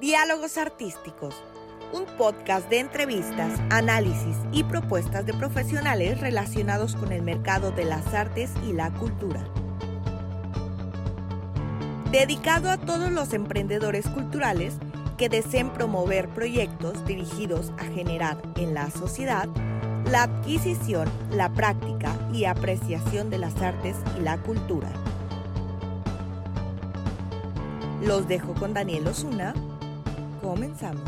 Diálogos Artísticos, un podcast de entrevistas, análisis y propuestas de profesionales relacionados con el mercado de las artes y la cultura. Dedicado a todos los emprendedores culturales que deseen promover proyectos dirigidos a generar en la sociedad la adquisición, la práctica y apreciación de las artes y la cultura. Los dejo con Daniel Osuna. Comenzamos.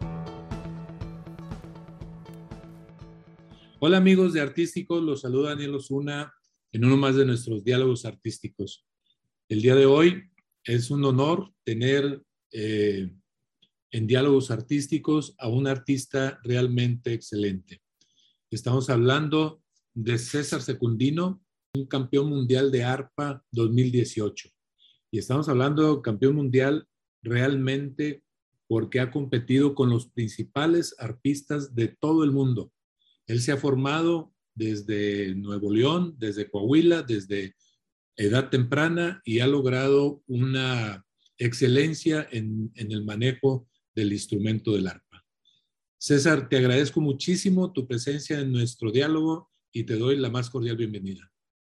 Hola amigos de Artísticos, los saluda Daniel Osuna en uno más de nuestros diálogos artísticos. El día de hoy es un honor tener en diálogos artísticos a un artista realmente excelente. Estamos hablando de César Secundino, un campeón mundial de arpa 2018. Y estamos hablando de campeón mundial realmente porque ha competido con los principales arpistas de todo el mundo. Él se ha formado desde Nuevo León, desde Coahuila, desde edad temprana y ha logrado una excelencia en el manejo del instrumento del arpa. César, te agradezco muchísimo tu presencia en nuestro diálogo y te doy la más cordial bienvenida.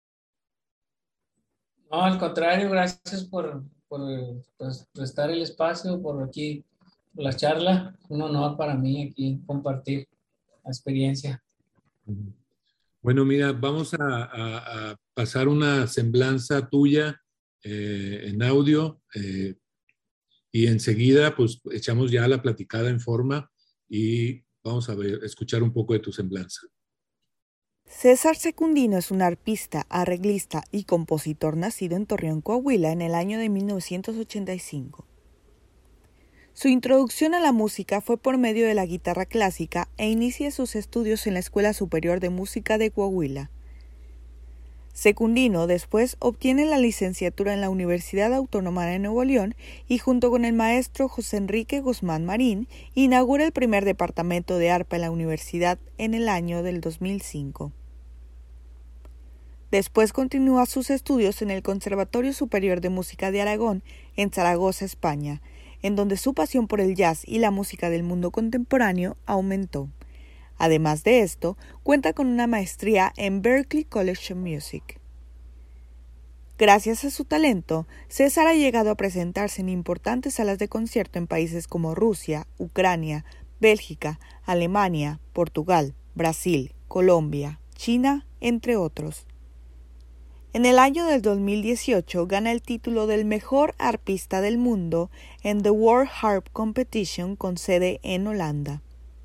No, al contrario, gracias por prestar el espacio, por aquí, por la charla. Un honor para mí aquí compartir la experiencia. Bueno, mira, vamos a pasar una semblanza tuya en audio y enseguida pues echamos ya la platicada en forma y vamos a escuchar un poco de tu semblanza. César Secundino es un arpista, arreglista y compositor nacido en Torreón, Coahuila, en el año de 1985. Su introducción a la música fue por medio de la guitarra clásica e inicia sus estudios en la Escuela Superior de Música de Coahuila. Secundino después obtiene la licenciatura en la Universidad Autónoma de Nuevo León y junto con el maestro José Enrique Guzmán Marín inaugura el primer departamento de arpa en la universidad en el año del 2005. Después continúa sus estudios en el Conservatorio Superior de Música de Aragón, en Zaragoza, España, en donde su pasión por el jazz y la música del mundo contemporáneo aumentó. Además de esto, cuenta con una maestría en Berklee College of Music. Gracias a su talento, César ha llegado a presentarse en importantes salas de concierto en países como Rusia, Ucrania, Bélgica, Alemania, Portugal, Brasil, Colombia, China, entre otros. En el año del 2018 gana el título del mejor arpista del mundo en The World Harp Competition con sede en Holanda.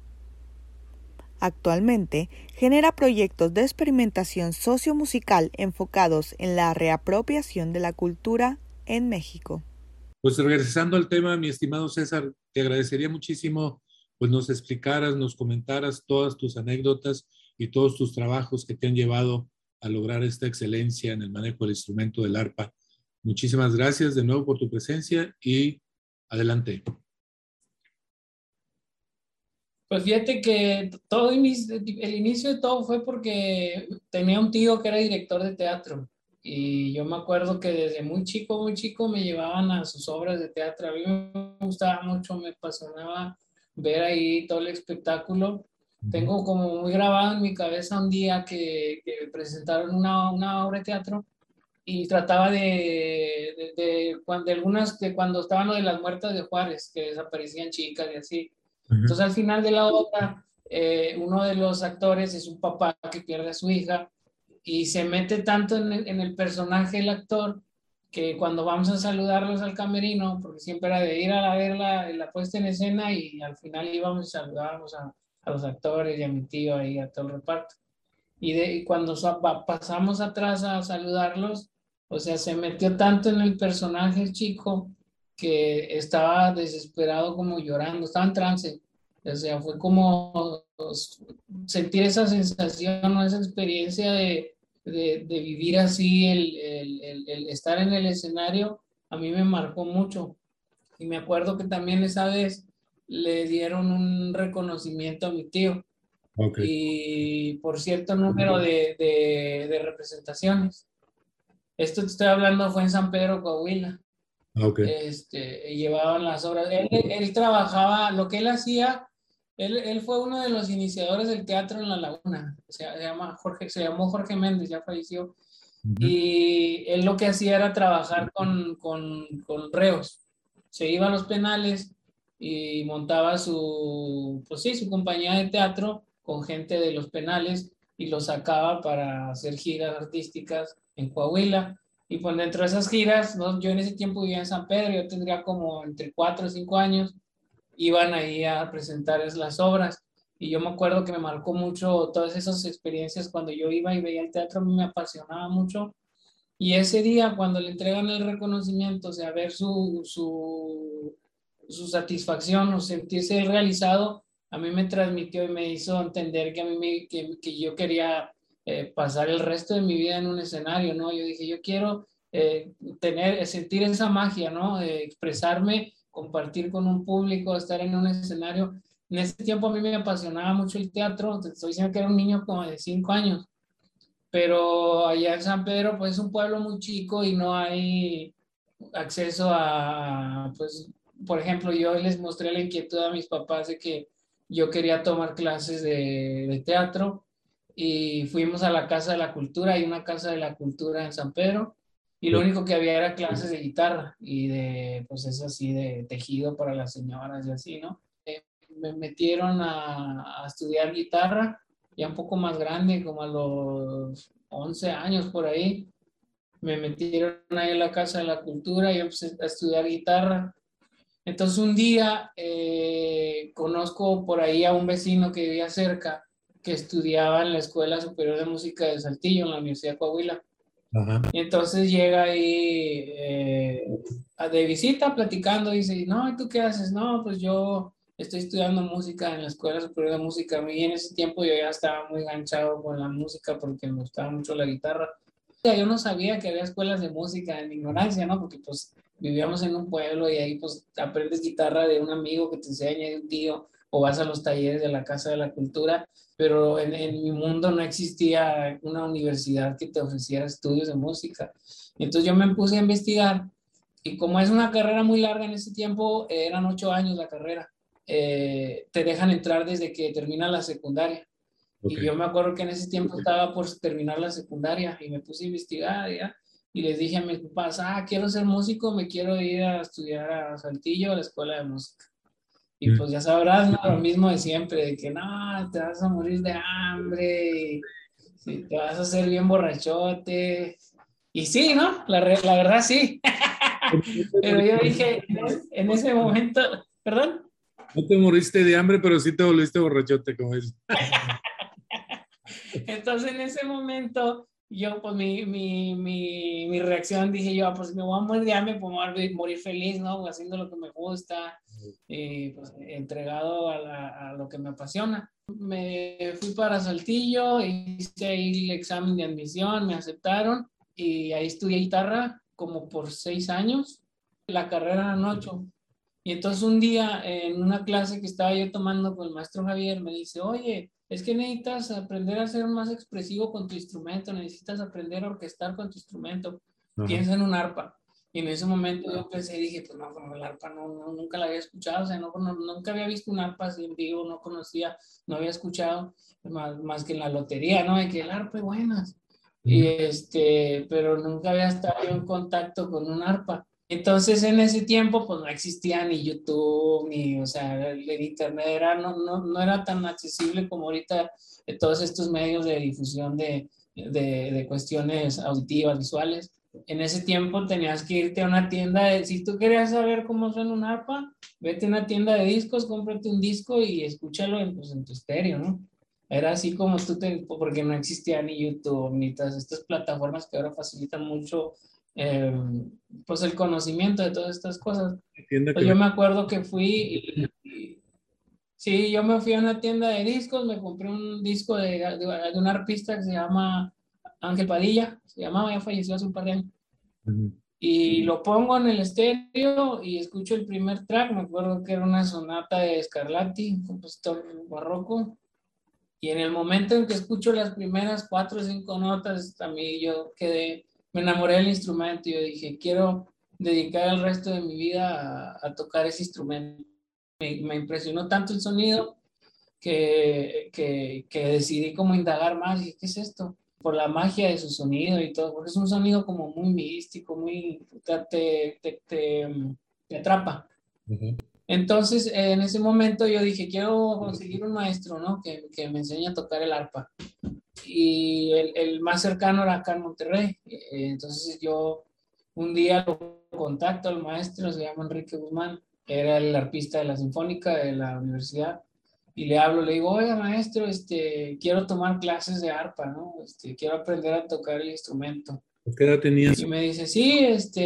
Actualmente genera proyectos de experimentación sociomusical enfocados en la reapropiación de la cultura en México. Pues regresando al tema, mi estimado César, te agradecería muchísimo pues nos explicaras, nos comentaras todas tus anécdotas y todos tus trabajos que te han llevado a lograr esta excelencia en el manejo del instrumento del arpa. Muchísimas gracias de nuevo por tu presencia y adelante. Pues fíjate que el inicio de todo fue porque tenía un tío que era director de teatro y yo me acuerdo que desde muy chico me llevaban a sus obras de teatro. A mí me gustaba mucho, me apasionaba ver ahí todo el espectáculo. Tengo como muy grabado en mi cabeza un día que presentaron una obra de teatro y trataba de cuando estaban lo de las muertas de Juárez, que desaparecían chicas y así. Entonces al final de la obra, uno de los actores es un papá que pierde a su hija y se mete tanto en el personaje el actor que cuando vamos a saludarlos al camerino, porque siempre era de ir a ver la puesta en escena y al final íbamos y saludábamos a los actores y a mi tío ahí, a todo el reparto. Y cuando pasamos atrás a saludarlos, o sea, se metió tanto en el personaje el chico que estaba desesperado como llorando, estaba en trance. O sea, fue como sentir esa sensación o esa experiencia de vivir así, el estar en el escenario, a mí me marcó mucho. Y me acuerdo que también esa vez le dieron un reconocimiento a mi tío. Okay. Y por cierto número de representaciones. Esto te estoy hablando fue en San Pedro, Coahuila. Ah, ok. Llevaban las obras. Él trabajaba, lo que él hacía, él fue uno de los iniciadores del teatro en La Laguna. Se llamó Jorge Méndez, ya falleció. Ujú. Y él lo que hacía era trabajar con reos. Se iba a los penales y montaba pues sí, su compañía de teatro con gente de los penales y los sacaba para hacer giras artísticas en Coahuila. Y pues dentro de esas giras, ¿no? Yo en ese tiempo vivía en San Pedro, yo tendría como entre 4 o 5 años, iban ahí a presentar las obras. Y yo me acuerdo que me marcó mucho todas esas experiencias cuando yo iba y veía el teatro, a mí me apasionaba mucho. Y ese día, cuando le entregan el reconocimiento, o sea, ver su satisfacción o sentirse realizado, a mí me transmitió y me hizo entender que, que yo quería pasar el resto de mi vida en un escenario, ¿no? Yo dije, yo quiero sentir esa magia, ¿no? Expresarme, compartir con un público, estar en un escenario. En ese tiempo a mí me apasionaba mucho el teatro, te estoy diciendo que era un niño como de 5 años, pero allá en San Pedro pues es un pueblo muy chico y no hay acceso pues, por ejemplo, yo les mostré la inquietud a mis papás de que yo quería tomar clases de teatro y fuimos a la Casa de la Cultura, hay una Casa de la Cultura en San Pedro, y lo Sí. único que había era clases de guitarra y pues es así, de tejido para las señoras y así, ¿no? Me metieron a estudiar guitarra, ya un poco más grande, como a los 11 años por ahí. Me metieron ahí en la Casa de la Cultura y empecé a estudiar guitarra. Entonces un día conozco por ahí a un vecino que vivía cerca, que estudiaba en la Escuela Superior de Música de Saltillo, en la Universidad de Coahuila. Ajá. Y entonces llega ahí de visita platicando y dice, no, ¿y tú qué haces? No, pues yo estoy estudiando música en la Escuela Superior de Música. A mí en ese tiempo yo ya estaba muy enganchado con la música porque me gustaba mucho la guitarra. Yo no sabía que había escuelas de música en ignorancia, ¿no? Porque pues vivíamos en un pueblo y ahí pues aprendes guitarra de un amigo que te enseña, de un tío, o vas a los talleres de la Casa de la Cultura, pero en mi mundo no existía una universidad que te ofreciera estudios de música. Entonces yo me puse a investigar y como es una carrera muy larga en ese tiempo, eran 8 años la carrera, te dejan entrar desde que termina la secundaria. Ok. Y yo me acuerdo que en ese tiempo estaba por terminar la secundaria y me puse a investigar ya, y les dije a mis papás, quiero ser músico, me quiero ir a estudiar a Saltillo, a la escuela de música. Y Mm. pues ya sabrás, ¿no? Lo mismo de siempre, de que no, te vas a morir de hambre, y sí, te vas a hacer bien borrachote. Y sí, ¿no? La verdad sí. Pero yo dije, en ese momento, perdón. No te moriste de hambre, pero sí te volviste borrachote, como dices. Entonces en ese momento, yo pues mi reacción dije yo, pues me voy a morir de hambre, pues me voy a morir feliz, ¿no? Haciendo lo que me gusta, y pues entregado a lo que me apasiona. Me fui para Saltillo, hice ahí el examen de admisión, me aceptaron y ahí estudié guitarra como por 6 años. La carrera eran 8. Y entonces un día en una clase que estaba yo tomando con el maestro Javier me dice, oye, es que necesitas aprender a ser más expresivo con tu instrumento, necesitas aprender a orquestar con tu instrumento, Ajá. piensa en un arpa. Y en ese momento yo pensé y dije, pues no, como el arpa nunca la había escuchado, o sea, nunca había visto un arpa así en vivo, no conocía, no había escuchado más que en la lotería, ¿no? De que el arpa es buenas. Y Ujú. pero nunca había estado yo en contacto con un arpa. Entonces en ese tiempo pues no existía ni YouTube, ni, o sea, el internet no era tan accesible como ahorita, todos estos medios de difusión de cuestiones auditivas, visuales. En ese tiempo tenías que irte a una tienda, si tú querías saber cómo suena un arpa, vete a una tienda de discos, cómprate un disco y escúchalo pues, en tu estéreo, ¿no? Era así como porque no existía ni YouTube, ni todas estas plataformas que ahora facilitan mucho eh, pues el conocimiento de todas estas cosas. Entiendo que Pues yo me acuerdo que sí, yo me fui a una tienda de discos, me compré un disco de un artista que se llama Ángel Padilla, se llamaba, ya falleció hace un par de años. Ujú. Y lo pongo en el estéreo y escucho el primer track, me acuerdo que era una sonata de Scarlatti, un compositor barroco. Y en el momento en que escucho las primeras 4 o 5 notas, a mí me enamoré del instrumento y yo dije, quiero dedicar el resto de mi vida a tocar ese instrumento. Me impresionó tanto el sonido que decidí como indagar más. Y ¿qué es esto? Por la magia de su sonido y todo, porque es un sonido como muy místico, muy, te atrapa. Ujú. Entonces, en ese momento yo dije, quiero conseguir un maestro, ¿no? Que me enseñe a tocar el arpa. Y el más cercano era acá en Monterrey. Entonces yo un día lo contacto al maestro, se llama Enrique Guzmán, era el arpista de la Sinfónica de la universidad, y le hablo, le digo, oiga maestro, quiero tomar clases de arpa, ¿no? Quiero aprender a tocar el instrumento. ¿Qué edad tenías? Y me dice, sí,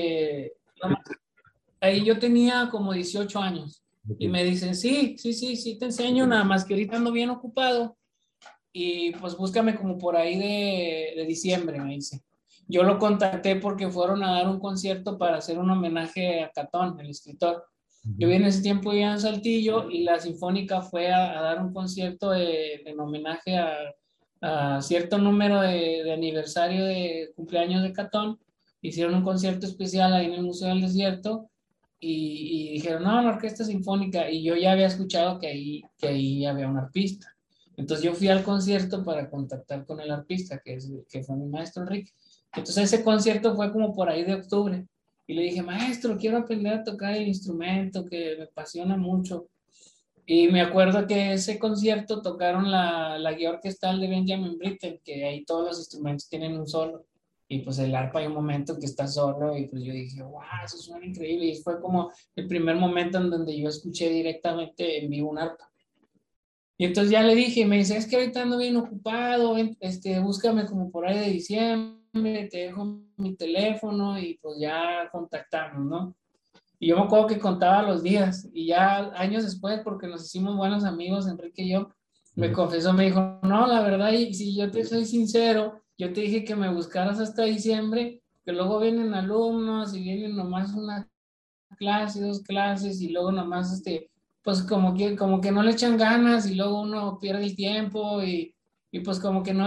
ahí yo tenía como 18 años. Y Ok. me dicen, sí, sí, sí, sí, te enseño, nada más que ahorita ando bien ocupado y pues búscame como por ahí de diciembre, me dice. Yo lo contacté porque fueron a dar un concierto para hacer un homenaje a Catón, el escritor. Yo Ujú. vi en ese tiempo ya en Saltillo y la Sinfónica fue a dar un concierto en homenaje a cierto número de aniversario de cumpleaños de Catón. Hicieron un concierto especial ahí en el Museo del Desierto y dijeron, no, la orquesta sinfónica. Y yo ya había escuchado que ahí había un arpista. Entonces yo fui al concierto para contactar con el arpista, que fue mi maestro Enrique. Entonces ese concierto fue como por ahí de octubre. Y le dije, maestro, quiero aprender a tocar el instrumento que me apasiona mucho. Y me acuerdo que ese concierto tocaron la guía orquestal de Benjamin Britten, que ahí todos los instrumentos tienen un solo. Y pues el arpa hay un momento que está solo y pues yo dije, wow, eso suena increíble. Y fue como el primer momento en donde yo escuché directamente en vivo un arpa. Y entonces ya le dije, me dice, es que ahorita ando bien ocupado, búscame como por ahí de diciembre, te dejo mi teléfono y pues ya contactamos, ¿no? Y yo me acuerdo que contaba los días y ya años después, porque nos hicimos buenos amigos, Enrique y yo, me Ujú. confesó, me dijo, no, la verdad, y si yo te soy sincero, yo te dije que me buscaras hasta diciembre, que luego vienen alumnos y vienen nomás una clase, dos clases y luego nomás pues como que no le echan ganas y luego uno pierde el tiempo y pues como que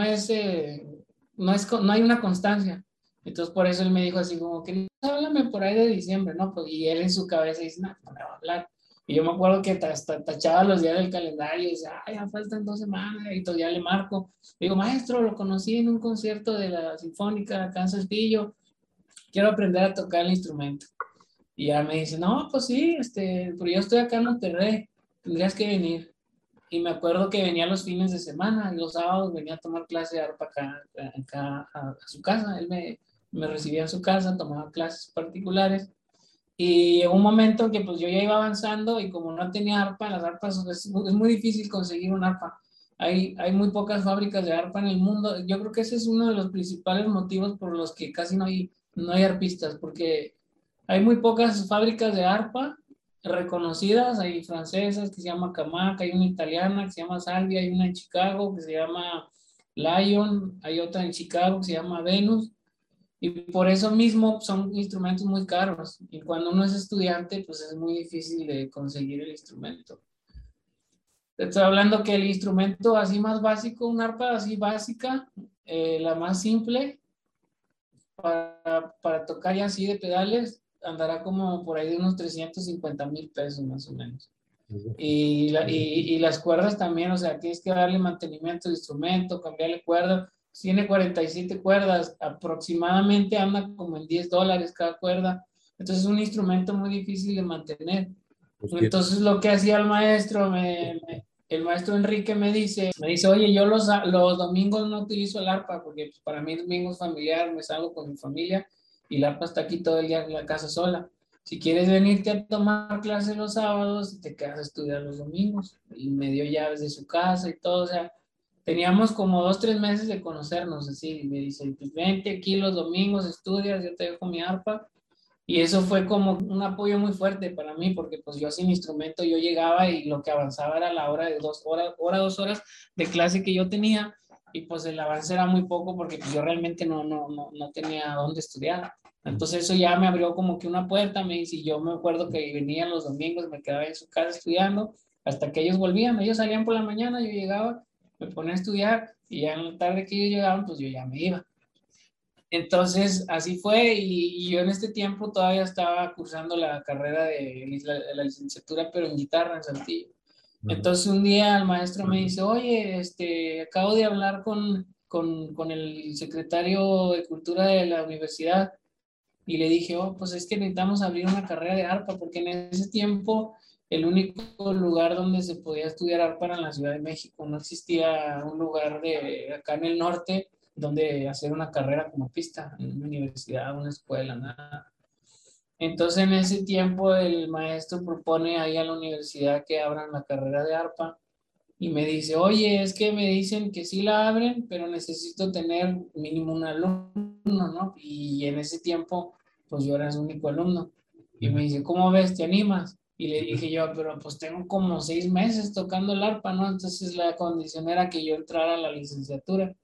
no hay una constancia. Entonces por eso él me dijo así como que háblame por ahí de diciembre, ¿no? Pues, y él en su cabeza dice, no, no me va a hablar. Y yo me acuerdo que hasta tachaba los días del calendario y decía, ay, ya faltan 2 semanas, y todavía le marco. Digo, maestro, lo conocí en un concierto de la Sinfónica acá en Saltillo, quiero aprender a tocar el instrumento. Y ya me dice, no, pues sí, pero yo estoy acá en Monterrey, tendrías que venir. Y me acuerdo que venía los fines de semana, y los sábados venía a tomar clase de arpa acá a su casa. Él me recibía en su casa, tomaba clases particulares. Y llegó un momento que pues yo ya iba avanzando y como no tenía arpa, las arpas es muy difícil conseguir un arpa. Hay muy pocas fábricas de arpa en el mundo. Yo creo que ese es uno de los principales motivos por los que casi no hay arpistas, porque hay muy pocas fábricas de arpa reconocidas. Hay francesas que se llama Camac, hay una italiana que se llama Salvia, hay una en Chicago que se llama Lion, hay otra en Chicago que se llama Venus. Y por eso mismo son instrumentos muy caros. Y cuando uno es estudiante, pues es muy difícil de conseguir el instrumento. Te estoy hablando que el instrumento así más básico, una arpa así básica, la más simple, para tocar ya así de pedales, andará como por ahí de unos 350,000 pesos más o menos. Y las cuerdas también, o sea, tienes que darle mantenimiento al instrumento, cambiarle cuerdas. Tiene 47 cuerdas, aproximadamente anda como en $10 cada cuerda. Entonces es un instrumento muy difícil de mantener. Pues tiene- Entonces lo que hacía el maestro, el maestro Enrique me dice, oye, yo los domingos no utilizo el arpa porque pues, para mí el domingo es familiar, me salgo con mi familia y el arpa está aquí todo el día en la casa sola. Si quieres venirte a tomar clases los sábados, te quedas a estudiar los domingos. Y me dio llaves de su casa y todo. O sea, teníamos como 2, 3 meses de conocernos, así. Y me dice, pues vente aquí los domingos, estudias, yo te dejo mi arpa. Y eso fue como un apoyo muy fuerte para mí, porque pues yo sin instrumento yo llegaba y lo que avanzaba era la hora de 2 horas, 2 horas de clase que yo tenía. Y pues el avance era muy poco porque pues, yo realmente no tenía dónde estudiar. Entonces eso ya me abrió como que una puerta, me dice, y yo me acuerdo que venían los domingos, me quedaba en su casa estudiando, hasta que ellos volvían, ellos salían por la mañana, yo llegaba, me ponía a estudiar, y ya en la tarde que ellos llegaban, pues yo ya me iba. Entonces, así fue y yo en este tiempo todavía estaba cursando la carrera de la licenciatura, pero en guitarra en Saltillo. Ajá. Entonces un día el maestro me dice, oye, acabo de hablar con el secretario de Cultura de la universidad y le dije, oh, pues es que necesitamos abrir una carrera de arpa, porque en ese tiempo el único lugar donde se podía estudiar arpa era en la Ciudad de México. No existía un lugar de acá en el norte donde hacer una carrera como pista, en una universidad, una escuela, nada. Entonces en ese tiempo el maestro propone ahí a la universidad que abran la carrera de arpa y me dice, oye, es que me dicen que sí la abren, pero necesito tener mínimo un alumno, ¿no? Y en ese tiempo, pues yo era el único alumno. Y me dice, ¿cómo ves? ¿Te animas? Y le dije yo, pero pues tengo como 6 meses tocando el arpa, ¿no? Entonces la condición era que yo entrara a la licenciatura.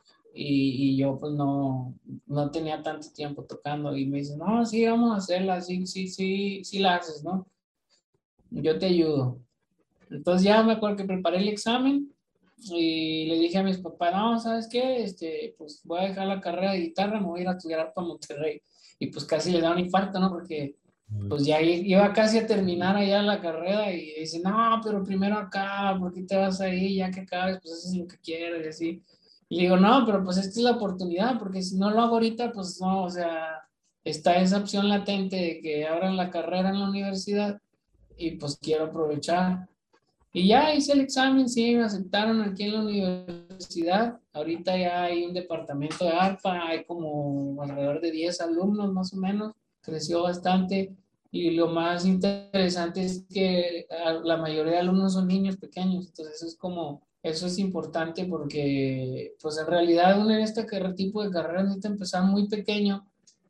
Y yo pues no tenía tanto tiempo tocando. Y me dice, no, sí, vamos a hacerla, sí, sí, sí, sí la haces, ¿no? Yo te ayudo. Entonces ya me acuerdo que preparé el examen y le dije a mis papás, no, ¿sabes qué? Pues voy a dejar la carrera de guitarra, me voy a ir a estudiar para Monterrey. Y pues casi le da un infarto, ¿no? Porque pues ya iba casi a terminar allá la carrera y dice, no, pero primero acá, ¿por qué te vas ahí? Ya que acabes, pues haces lo que quieres y así. Y le digo, no, pero pues esta es la oportunidad, porque si no lo hago ahorita, pues no, o sea, está esa opción latente de que abran la carrera en la universidad y pues quiero aprovechar. Y ya hice el examen, sí, me aceptaron aquí en la universidad. Ahorita ya hay un departamento de arpa, hay como alrededor de 10 alumnos más o menos, creció bastante. Y lo más interesante es que la mayoría de alumnos son niños pequeños, entonces eso es importante porque pues en realidad uno en este tipo de carrera necesita empezar muy pequeño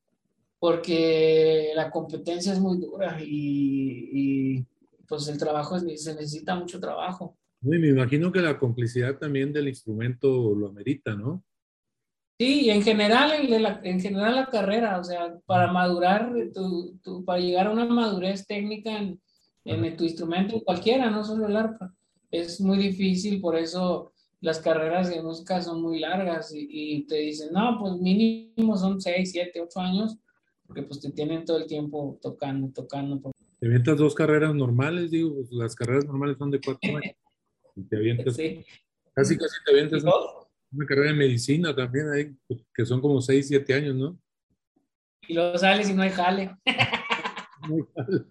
porque la competencia es muy dura y pues el trabajo se necesita mucho trabajo. No, y me imagino que la complicidad también del instrumento lo amerita, ¿no? Sí, y en general, en general la carrera, o sea, para madurar, para llegar a una madurez técnica Ajá. en tu instrumento, cualquiera, no solo el arpa, es muy difícil, por eso las carreras de música son muy largas y te dicen, no, pues mínimo son 6, 7, 8 años, porque pues te tienen todo el tiempo tocando, tocando. Te avientas dos carreras normales, digo, pues, las carreras normales son de 4 años. Y te avientas, Sí. casi casi te ¿Y avientas vos? una carrera de medicina también ahí, pues, que son como 6, 7 años, ¿no? Y luego sales y no hay jale. Muy mal.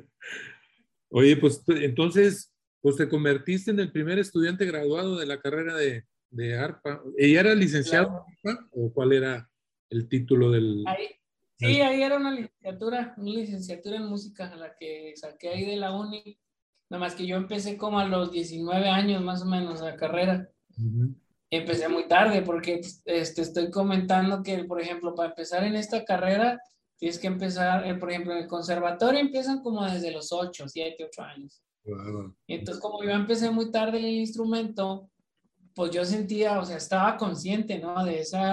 Oye, pues entonces, pues te convertiste en el primer estudiante graduado de la carrera de arpa. ¿Ella era licenciado Claro. en arpa o cuál era el título del Ahí, sí, maestro? ahí era una licenciatura en música, la que saqué ahí de la uni. Nada más que yo empecé como a los 19 años más o menos la carrera. Ujú. Empecé muy tarde porque estoy comentando que, por ejemplo, para empezar en esta carrera, tienes que empezar, por ejemplo, en el conservatorio empiezan como desde los 8, 7, 8 años. Wow. Y entonces, como yo empecé muy tarde en el instrumento, pues yo sentía, o sea, estaba consciente, ¿no?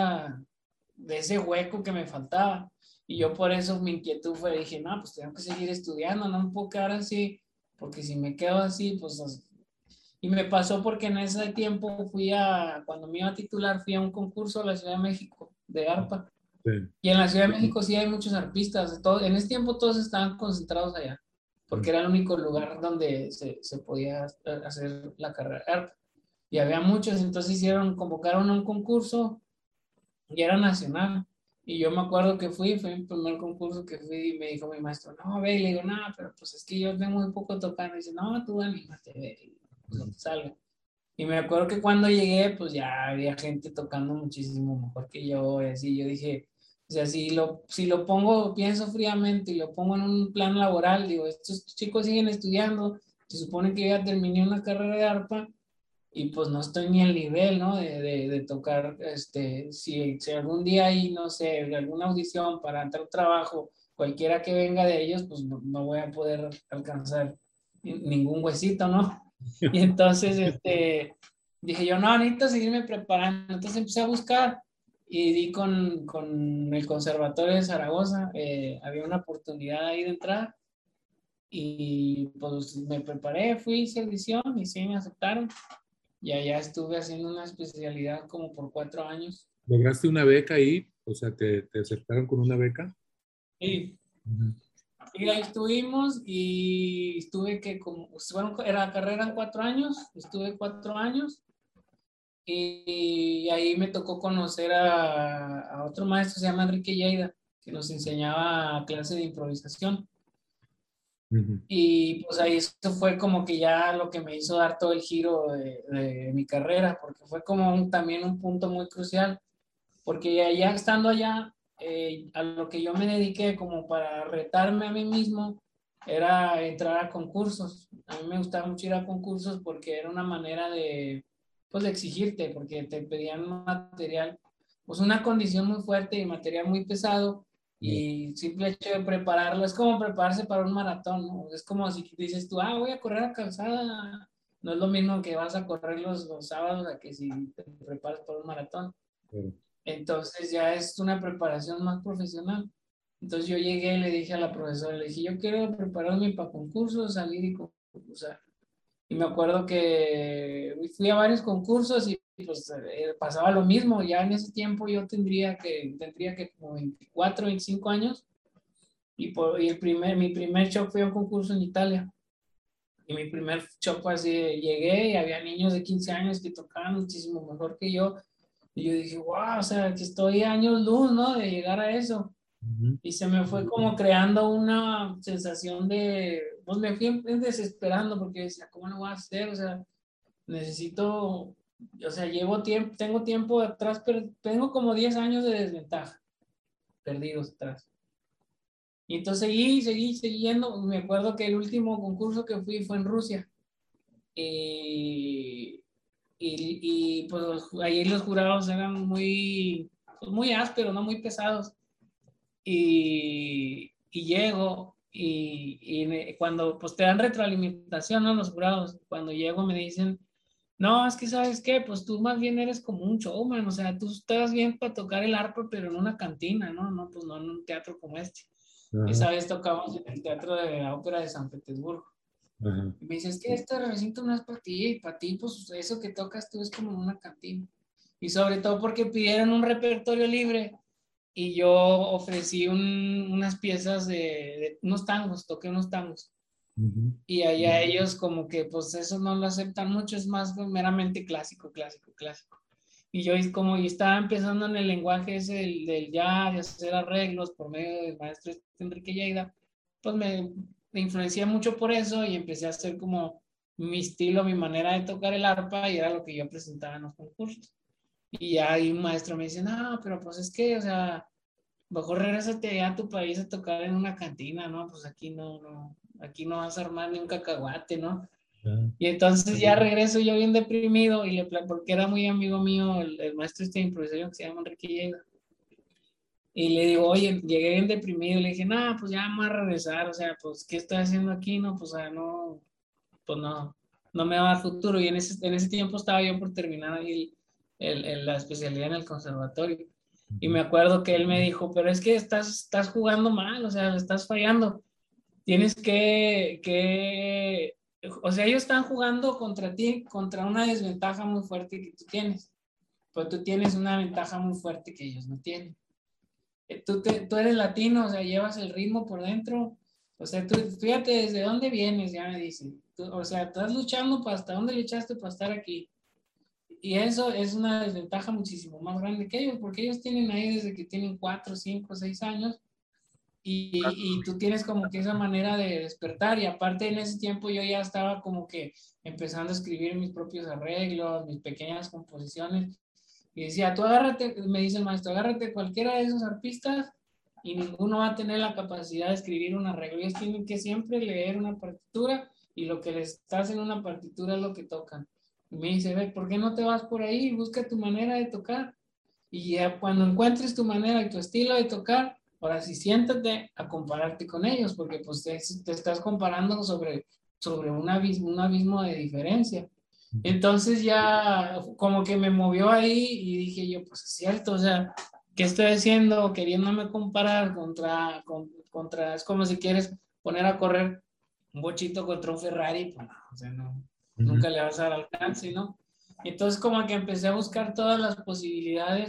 De ese hueco que me faltaba. Y yo por eso mi inquietud fue, dije, no, pues tengo que seguir estudiando, no me puedo quedar así, porque si me quedo así, pues... Y me pasó porque en ese tiempo cuando me iba a titular, fui a un concurso a la Ciudad de México de arpa. Sí. Y en la Ciudad de México sí hay muchos arpistas. En ese tiempo todos estaban concentrados allá, porque era el único lugar donde se podía hacer la carrera de arpa. Y había muchos, entonces convocaron a un concurso y era nacional. Y yo me acuerdo que fue mi primer concurso que fui y me dijo mi maestro, no, ve, y le digo, no, pero pues es que yo tengo muy poco tocando. Y dice, no, tú anímate, ve, y, pues lo que salga. Y me acuerdo que cuando llegué, pues ya había gente tocando muchísimo mejor que yo, y así yo dije, o sea, si lo pongo, pienso fríamente y lo pongo en un plan laboral, digo, estos chicos siguen estudiando, se supone que ya terminé una carrera de arpa, y pues no estoy ni al nivel, ¿no? De tocar, si algún día hay, no sé, alguna audición para entrar a un trabajo, cualquiera que venga de ellos, pues no voy a poder alcanzar ningún huesito, ¿no? Y entonces, dije yo, no, necesito seguirme preparando. Entonces empecé a buscar y di con el Conservatorio de Zaragoza, había una oportunidad ahí de entrar y pues me preparé, fui, hice audición y sí me aceptaron. Y allá estuve haciendo una especialidad como por 4 años. ¿Lograste una beca ahí O sea, te acercaron con una beca. Sí. Ujú. Y ahí estuvimos y estuve que como, bueno, era la carrera en 4 años, estuve 4 años y ahí me tocó conocer a otro maestro, se llama Enrique Lleida, que nos enseñaba clase de improvisación. Ujú. Y pues ahí eso fue como que ya lo que me hizo dar todo el giro de mi carrera, porque fue como también un punto muy crucial, porque ya estando allá, a lo que yo me dediqué como para retarme a mí mismo era entrar a concursos. A mí me gustaba mucho ir a concursos porque era una manera de, pues, de exigirte, porque te pedían material, pues una condición muy fuerte y material muy pesado, y simple hecho de prepararlo es como prepararse para un maratón, ¿no? Es como si dices tú, voy a correr a calzada. No es lo mismo que vas a correr los sábados a que si te preparas para un maratón. Claro. Entonces ya es una preparación más profesional. Entonces yo llegué y le dije a la profesora, le dije, yo quiero prepararme para concursos, salir y concursar. Y me acuerdo que fui a varios concursos y pues pasaba lo mismo. Ya en ese tiempo yo tendría que como 24, 25 años. Y mi primer show fue un concurso en Italia. Y mi primer show fue así, llegué y había niños de 15 años que tocaban muchísimo mejor que yo. Y yo dije, wow, o sea, que estoy años luz, ¿no? De llegar a eso. Ujú. Y se me fue como creando una sensación de, pues me fui desesperando porque decía, ¿cómo lo voy a hacer? O sea, necesito, o sea, tengo tiempo atrás, pero tengo como 10 años de desventaja, perdidos atrás. Y entonces seguí yendo. Me acuerdo que el último concurso que fui fue en Rusia. Y, pues ahí los jurados eran muy, pues, muy ásperos, ¿no? Muy pesados. Y llego cuando pues te dan retroalimentación, ¿no? Los jurados, cuando llego me dicen, no, es que sabes qué, pues tú más bien eres como un showman, o sea, tú estás bien para tocar el arpa, pero en una cantina, ¿no? No, pues no en un teatro como este. Ajá, Esa vez tocamos en el Teatro de la Ópera de San Petersburgo. ajá. Y me dice, es que este recinto no es para ti, pues eso que tocas tú es como en una cantina. Y sobre todo porque pidieron un repertorio libre y yo ofrecí unas piezas de unos tangos, toqué unos tangos. Ujú. Y allá ellos como que pues eso no lo aceptan mucho, es más meramente clásico, clásico, clásico. Y yo como yo estaba empezando en el lenguaje ese del jazz, de hacer arreglos por medio del maestro Enrique Lleida, pues me influencié mucho por eso y empecé a hacer como mi estilo, mi manera de tocar el arpa y era lo que yo presentaba en los concursos. Y ya ahí un maestro me dice, no, pero pues es que, o sea, mejor regrésate a tu país a tocar en una cantina, ¿no? Pues aquí aquí no vas a armar ni un cacahuate, ¿no? Ah, Y entonces ya regreso yo bien deprimido porque era muy amigo mío el maestro de improvisación que se llama Enrique Llega. Y le digo, oye, llegué bien deprimido, le dije, no, pues ya vamos a regresar, o sea, pues, ¿qué estoy haciendo aquí? No, pues, no, pues no me va a dar futuro. Y en ese tiempo estaba yo por terminar ahí la especialidad en el conservatorio. Y ujú. me acuerdo que él me dijo, pero es que estás jugando mal, o sea, estás fallando. Tienes o sea, ellos están jugando contra ti, contra una desventaja muy fuerte que tú tienes, pero tú tienes una ventaja muy fuerte que ellos no tienen. Tú eres latino, o sea, llevas el ritmo por dentro, o sea, tú fíjate desde dónde vienes, ya me dicen. O sea, estás luchando para hasta dónde luchaste para estar aquí. Y eso es una desventaja muchísimo más grande que ellos, porque ellos tienen ahí desde que tienen 4, 5, 6 años y tú tienes como que esa manera de despertar y aparte en ese tiempo yo ya estaba como que empezando a escribir mis propios arreglos, mis pequeñas composiciones y decía, tú agárrate, me dice el maestro, agárrate cualquiera de esos arpistas y ninguno va a tener la capacidad de escribir un arreglo. Ellos tienen que siempre leer una partitura y lo que les estás en una partitura es lo que tocan. Y me dice, ve, ¿por qué no te vas por ahí y busca tu manera de tocar? Y ya cuando encuentres tu manera y tu estilo de tocar, ahora sí siéntate a compararte con ellos, porque pues te estás comparando sobre un abismo de diferencia. Entonces ya como que me movió ahí y dije yo, pues es cierto, o sea, ¿qué estoy haciendo? Queriéndome comparar contra, es como si quieres poner a correr un bochito contra un Ferrari, pues no, o sea, no, Ujú. nunca le vas a dar alcance, ¿no? Entonces como que empecé a buscar todas las posibilidades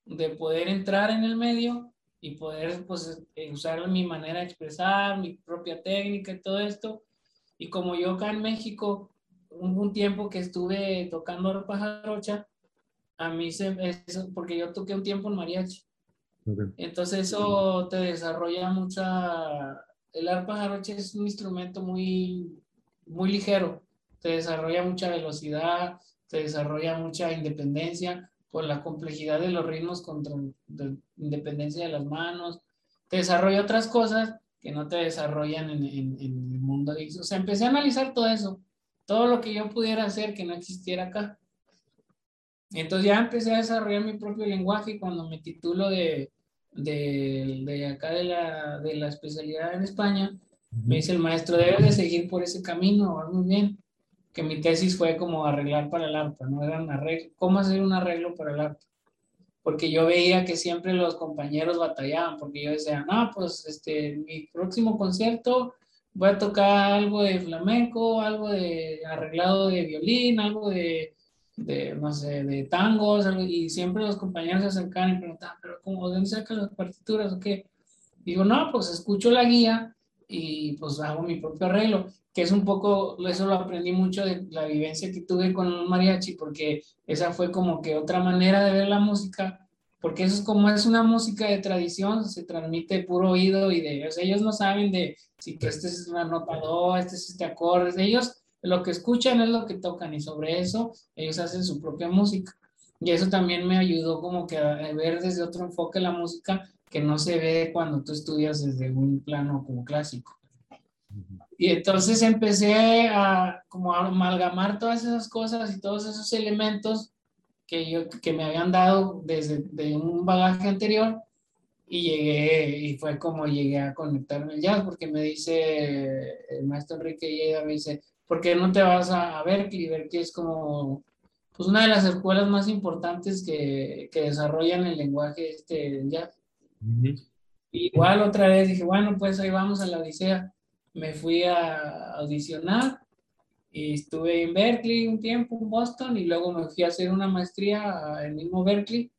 de poder entrar en el medio y poder pues usar mi manera de expresar, mi propia técnica y todo esto. Y como yo acá en México, un tiempo que estuve tocando arpa jarocha, a mí eso, porque yo toqué un tiempo en mariachi. Ok. Entonces eso te desarrolla mucha... El arpa jarocha es un instrumento muy ligero, te desarrolla mucha velocidad, te desarrolla mucha independencia por la complejidad de los ritmos contra de independencia de las manos, te desarrolla otras cosas que no te desarrollan en el mundo. O sea, empecé a analizar todo eso, todo lo que yo pudiera hacer que no existiera acá. Entonces ya empecé a desarrollar mi propio lenguaje y cuando me titulo de acá de la especialidad en España, me Ujú. dice el maestro, debes de seguir por ese camino, vas muy bien. Que mi tesis fue como arreglar para el arpa, ¿no? Era un arreglo, cómo hacer un arreglo para el arpa. Porque yo veía que siempre los compañeros batallaban, porque yo decía, no, pues mi próximo concierto voy a tocar algo de flamenco, algo de arreglado de violín, algo de no sé, de tangos, y siempre los compañeros se acercaban y preguntaban, pero ¿cómo, de dónde sacan las partituras o qué? Digo, no, pues escucho la guía y pues hago mi propio arreglo, que es un poco, eso lo aprendí mucho de la vivencia que tuve con el mariachi, porque esa fue como que otra manera de ver la música, porque eso es como es una música de tradición, se transmite de puro oído y de, o sea, ellos no saben de si que este es una nota do, este es este acorde, ellos lo que escuchan es lo que tocan y sobre eso ellos hacen su propia música. Y eso también me ayudó como que a ver desde otro enfoque la música que no se ve cuando tú estudias desde un plano como clásico. Y entonces empecé a como a amalgamar todas esas cosas y todos esos elementos que me habían dado desde de un bagaje anterior y llegué, y fue como llegué a conectarme al jazz, porque me dice el maestro Enrique Lleida, me dice, ¿por qué no te vas a Berkeley? Berkeley es como pues una de las escuelas más importantes que desarrollan el lenguaje del jazz. Ujú. Igual otra vez dije, bueno, pues ahí vamos a la Odisea. Me fui a audicionar y estuve en Berkeley un tiempo, en Boston, y luego me fui a hacer una maestría en el mismo Berkeley.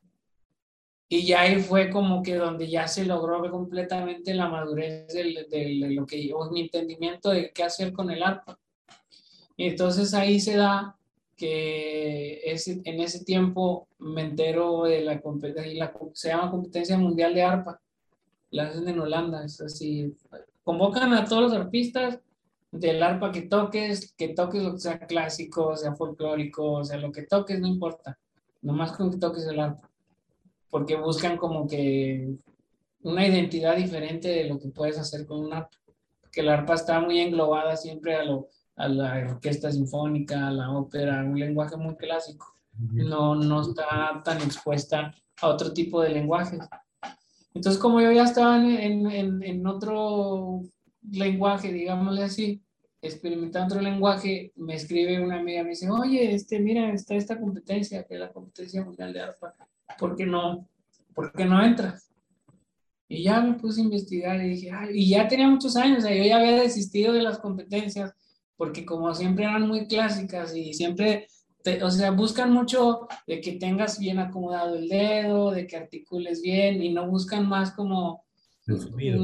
Y ya ahí fue como que donde ya se logró completamente la madurez de lo que yo, mi entendimiento de qué hacer con el arpa. Y entonces ahí se da que en ese tiempo me entero de la competencia, se llama Competencia Mundial de Arpa, la hacen en Holanda, es así, convocan a todos los arpistas del arpa que toques lo que sea clásico, sea folclórico, sea lo que toques, no importa, nomás con que toques el arpa, porque buscan como que una identidad diferente de lo que puedes hacer con un arpa, que el arpa está muy englobada siempre a la orquesta sinfónica, a la ópera, un lenguaje muy clásico, Ujú. no está tan expuesta a otro tipo de lenguajes. Entonces, como yo ya estaba en otro lenguaje, digámosle así, experimentando otro lenguaje, me escribe una amiga, me dice, oye, mira, está esta competencia, que es la competencia mundial de arpa, ¿por qué no, por qué no entras? Y ya me puse a investigar y dije, ay, y ya tenía muchos años, o sea, yo ya había desistido de las competencias, porque como siempre eran muy clásicas y siempre, o sea, buscan mucho de que tengas bien acomodado el dedo, de que articules bien, y no buscan más como El sonido.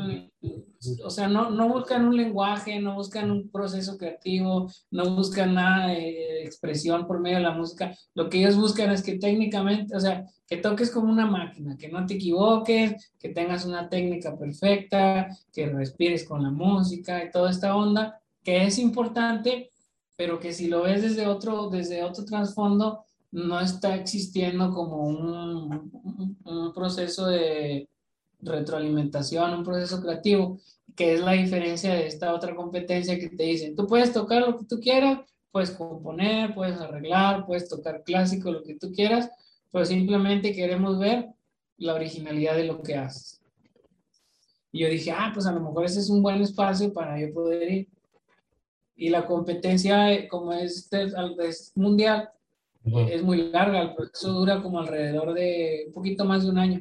o sea, no buscan un lenguaje, no buscan un proceso creativo, no buscan nada de expresión por medio de la música. Lo que ellos buscan es que técnicamente, o sea, que toques como una máquina, que no te equivoques, que tengas una técnica perfecta, que respires con la música y toda esta onda, que es importante, pero que si lo ves desde otro trasfondo, no está existiendo como un proceso de retroalimentación, un proceso creativo, que es la diferencia de esta otra competencia que te dicen, tú puedes tocar lo que tú quieras, puedes componer, puedes arreglar, puedes tocar clásico, lo que tú quieras, pero simplemente queremos ver la originalidad de lo que haces. Y yo dije, pues a lo mejor ese es un buen espacio para yo poder ir. Y la competencia, como es mundial, Ajá. es muy larga, el proceso dura como alrededor de un poquito más de un año.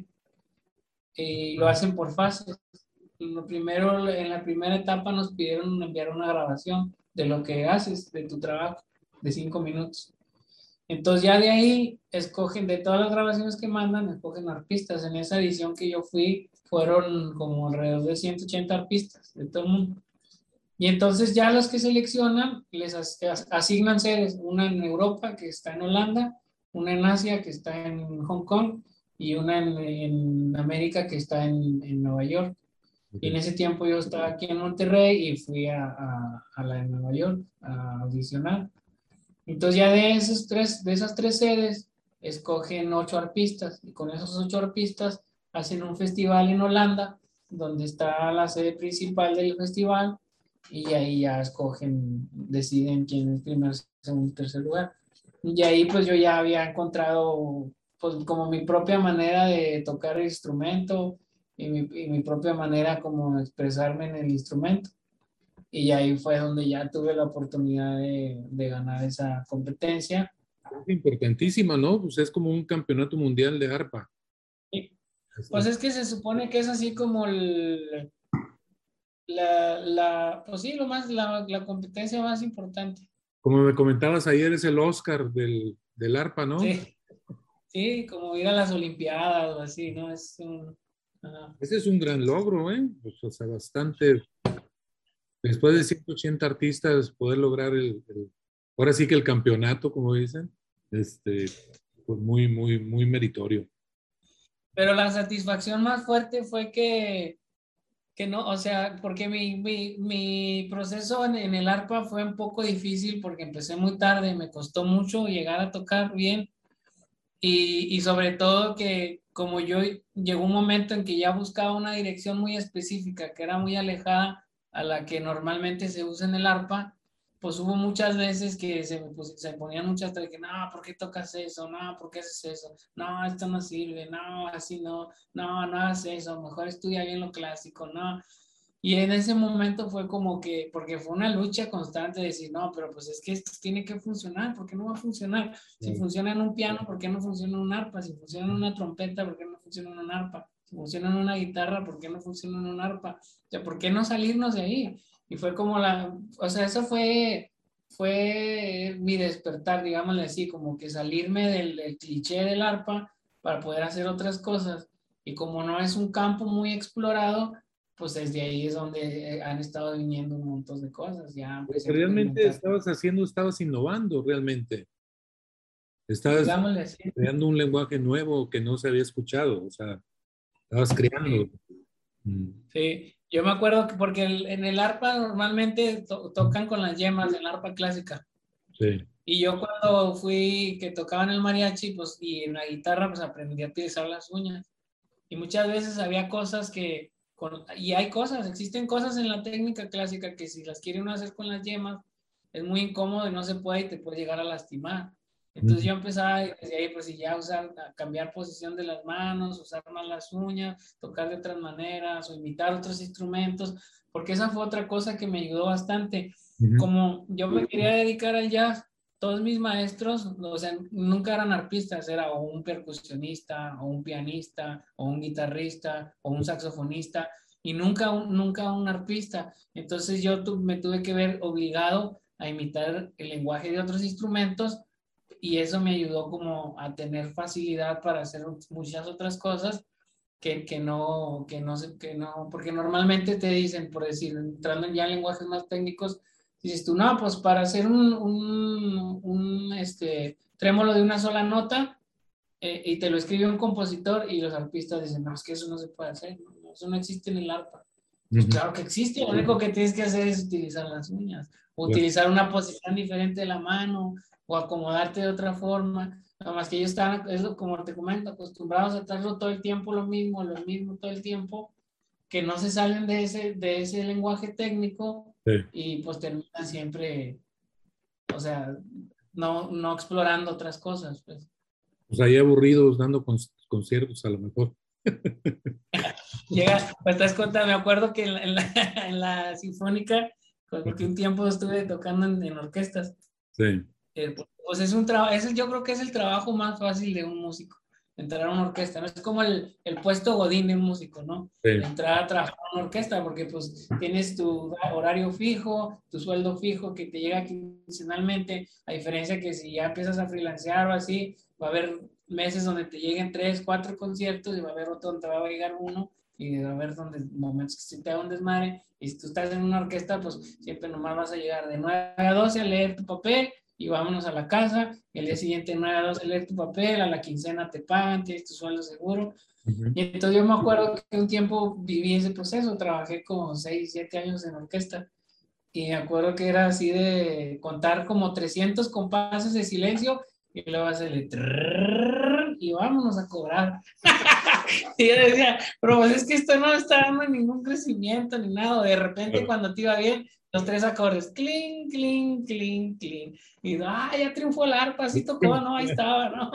Y lo hacen por fases. Lo primero, en la primera etapa nos pidieron enviar una grabación de lo que haces, de tu trabajo, de 5 minutos. Entonces ya de ahí escogen, de todas las grabaciones que mandan, escogen arpistas. En esa edición que yo fui, fueron como alrededor de 180 arpistas de todo el mundo. Y entonces ya los que seleccionan les asignan sedes, una en Europa que está en Holanda, una en Asia que está en Hong Kong y una en América que está en Nueva York. Y en ese tiempo yo estaba aquí en Monterrey y fui a la de Nueva York a audicionar. Entonces ya de esas tres sedes escogen 8 arpistas y con esos 8 arpistas hacen un festival en Holanda donde está la sede principal del festival y ahí ya escogen, deciden quién es primer, segundo, tercer lugar. Y ahí pues yo ya había encontrado pues como mi propia manera de tocar el instrumento y mi propia manera como de expresarme en el instrumento. Y ahí fue donde ya tuve la oportunidad de ganar esa competencia. Es importantísima, ¿no? Pues es como un campeonato mundial de arpa. Y, pues es que se supone que es así como pues sí, la competencia más importante. Como me comentabas ayer, es el Oscar del arpa, ¿no? Sí, sí, como ir a las Olimpiadas o así, ¿no? Ese es un gran logro, ¿eh? Pues, o sea, bastante. Después de 180 artistas, poder lograr ahora sí que el campeonato, como dicen, pues muy, muy, muy meritorio. Pero la satisfacción más fuerte fue que no, o sea, porque mi proceso en el arpa fue un poco difícil porque empecé muy tarde, me costó mucho llegar a tocar bien y sobre todo que como yo llegó un momento en que ya buscaba una dirección muy específica, que era muy alejada a la que normalmente se usa en el arpa, pues hubo muchas veces que se ponían muchas de que, no, ¿por qué tocas eso? No, ¿por qué haces eso? No, esto no sirve, no, así no, no, no hagas eso, mejor estudia bien lo clásico, no. Y en ese momento fue como que, porque fue una lucha constante de decir, no, pero pues es que esto tiene que funcionar, ¿por qué no va a funcionar? Si funciona en un piano, ¿por qué no funciona en un arpa? Si funciona en una trompeta, ¿por qué no funciona en un arpa? Si funciona en una guitarra, ¿por qué no funciona en un arpa? O sea, ¿por qué no salirnos de ahí? Y fue como o sea, eso fue mi despertar, digámosle así, como que salirme del cliché del arpa para poder hacer otras cosas. Y como no es un campo muy explorado, pues desde ahí es donde han estado viniendo un montón de cosas. Ya empecé Porque a realmente experimentar. estabas innovando realmente. Estabas Digámosle así. creando un lenguaje nuevo que no se había escuchado, o sea, estabas creando. Sí, Mm. sí. Yo me acuerdo que porque en el arpa normalmente tocan con las yemas, en el arpa clásica. Sí. Y yo cuando fui que tocaba en el mariachi, pues, y en la guitarra, pues aprendí a utilizar las uñas. Y muchas veces había cosas y hay cosas, existen cosas en la técnica clásica que si las quiere uno hacer con las yemas, es muy incómodo y no se puede y te puede llegar a lastimar. Entonces Mm. yo empezaba desde ahí, pues, y ya cambiar posición de las manos, usar más las uñas, tocar de otras maneras o imitar otros instrumentos, porque esa fue otra cosa que me ayudó bastante. Ujú. Como yo me quería dedicar al jazz, todos mis maestros, o sea, nunca eran arpistas, era o un percusionista, o un pianista, o un guitarrista, o un saxofonista, y nunca un arpista. Entonces yo me tuve que ver obligado a imitar el lenguaje de otros instrumentos y eso me ayudó como a tener facilidad para hacer muchas otras cosas porque normalmente te dicen, por decir, entrando ya en lenguajes más técnicos, dices tú, no, pues para hacer un trémolo de una sola nota, y te lo escribe un compositor y los arpistas dicen, no, es que eso no se puede hacer, no, eso no existe en el arpa. Pues Ujú. claro que existe, lo único que tienes que hacer es utilizar las uñas, o Claro. utilizar una posición diferente de la mano, o acomodarte de otra forma. Nada más que ellos están, como te comento, acostumbrados a hacerlo todo el tiempo lo mismo todo el tiempo, que no se salen de ese lenguaje técnico Sí. y pues terminan siempre, o sea, no explorando otras cosas, pues. Pues ahí aburridos dando conciertos a lo mejor. Pues te das cuenta, me acuerdo que en la sinfónica, porque un tiempo estuve tocando en orquestas, Sí. pues yo creo que es el trabajo más fácil de un músico. entrar a una orquesta, ¿no? Es como el puesto godín de un músico, ¿no? Sí. Entrar a trabajar en una orquesta porque pues tienes tu horario fijo, tu sueldo fijo que te llega quincenalmente, a diferencia que si ya empiezas a freelancear o así, va a haber meses donde te lleguen 3, 4 conciertos y va a haber otro donde te va a llegar uno y va a haber momentos que se te haga un desmadre y si tú estás en una orquesta, pues siempre nomás vas a llegar de 9 a 12 a leer tu papel y vámonos a la casa, y el día siguiente 9 a 12 leer tu papel, a la quincena te pagan, tienes tu sueldo seguro. Y entonces yo me acuerdo que un tiempo viví ese proceso, trabajé como 6, 7 años en orquesta, y me acuerdo que era así de contar como 300 compases de silencio, y luego hacerle trrrr, y vámonos a cobrar. Y yo decía, pero pues es que esto no está dando ningún crecimiento ni nada. De repente, cuando te iba bien, los 3 acordes, clink, clink, clink, clink. Y ya triunfó el arpa, así tocó, ¿no? Ahí estaba, ¿no?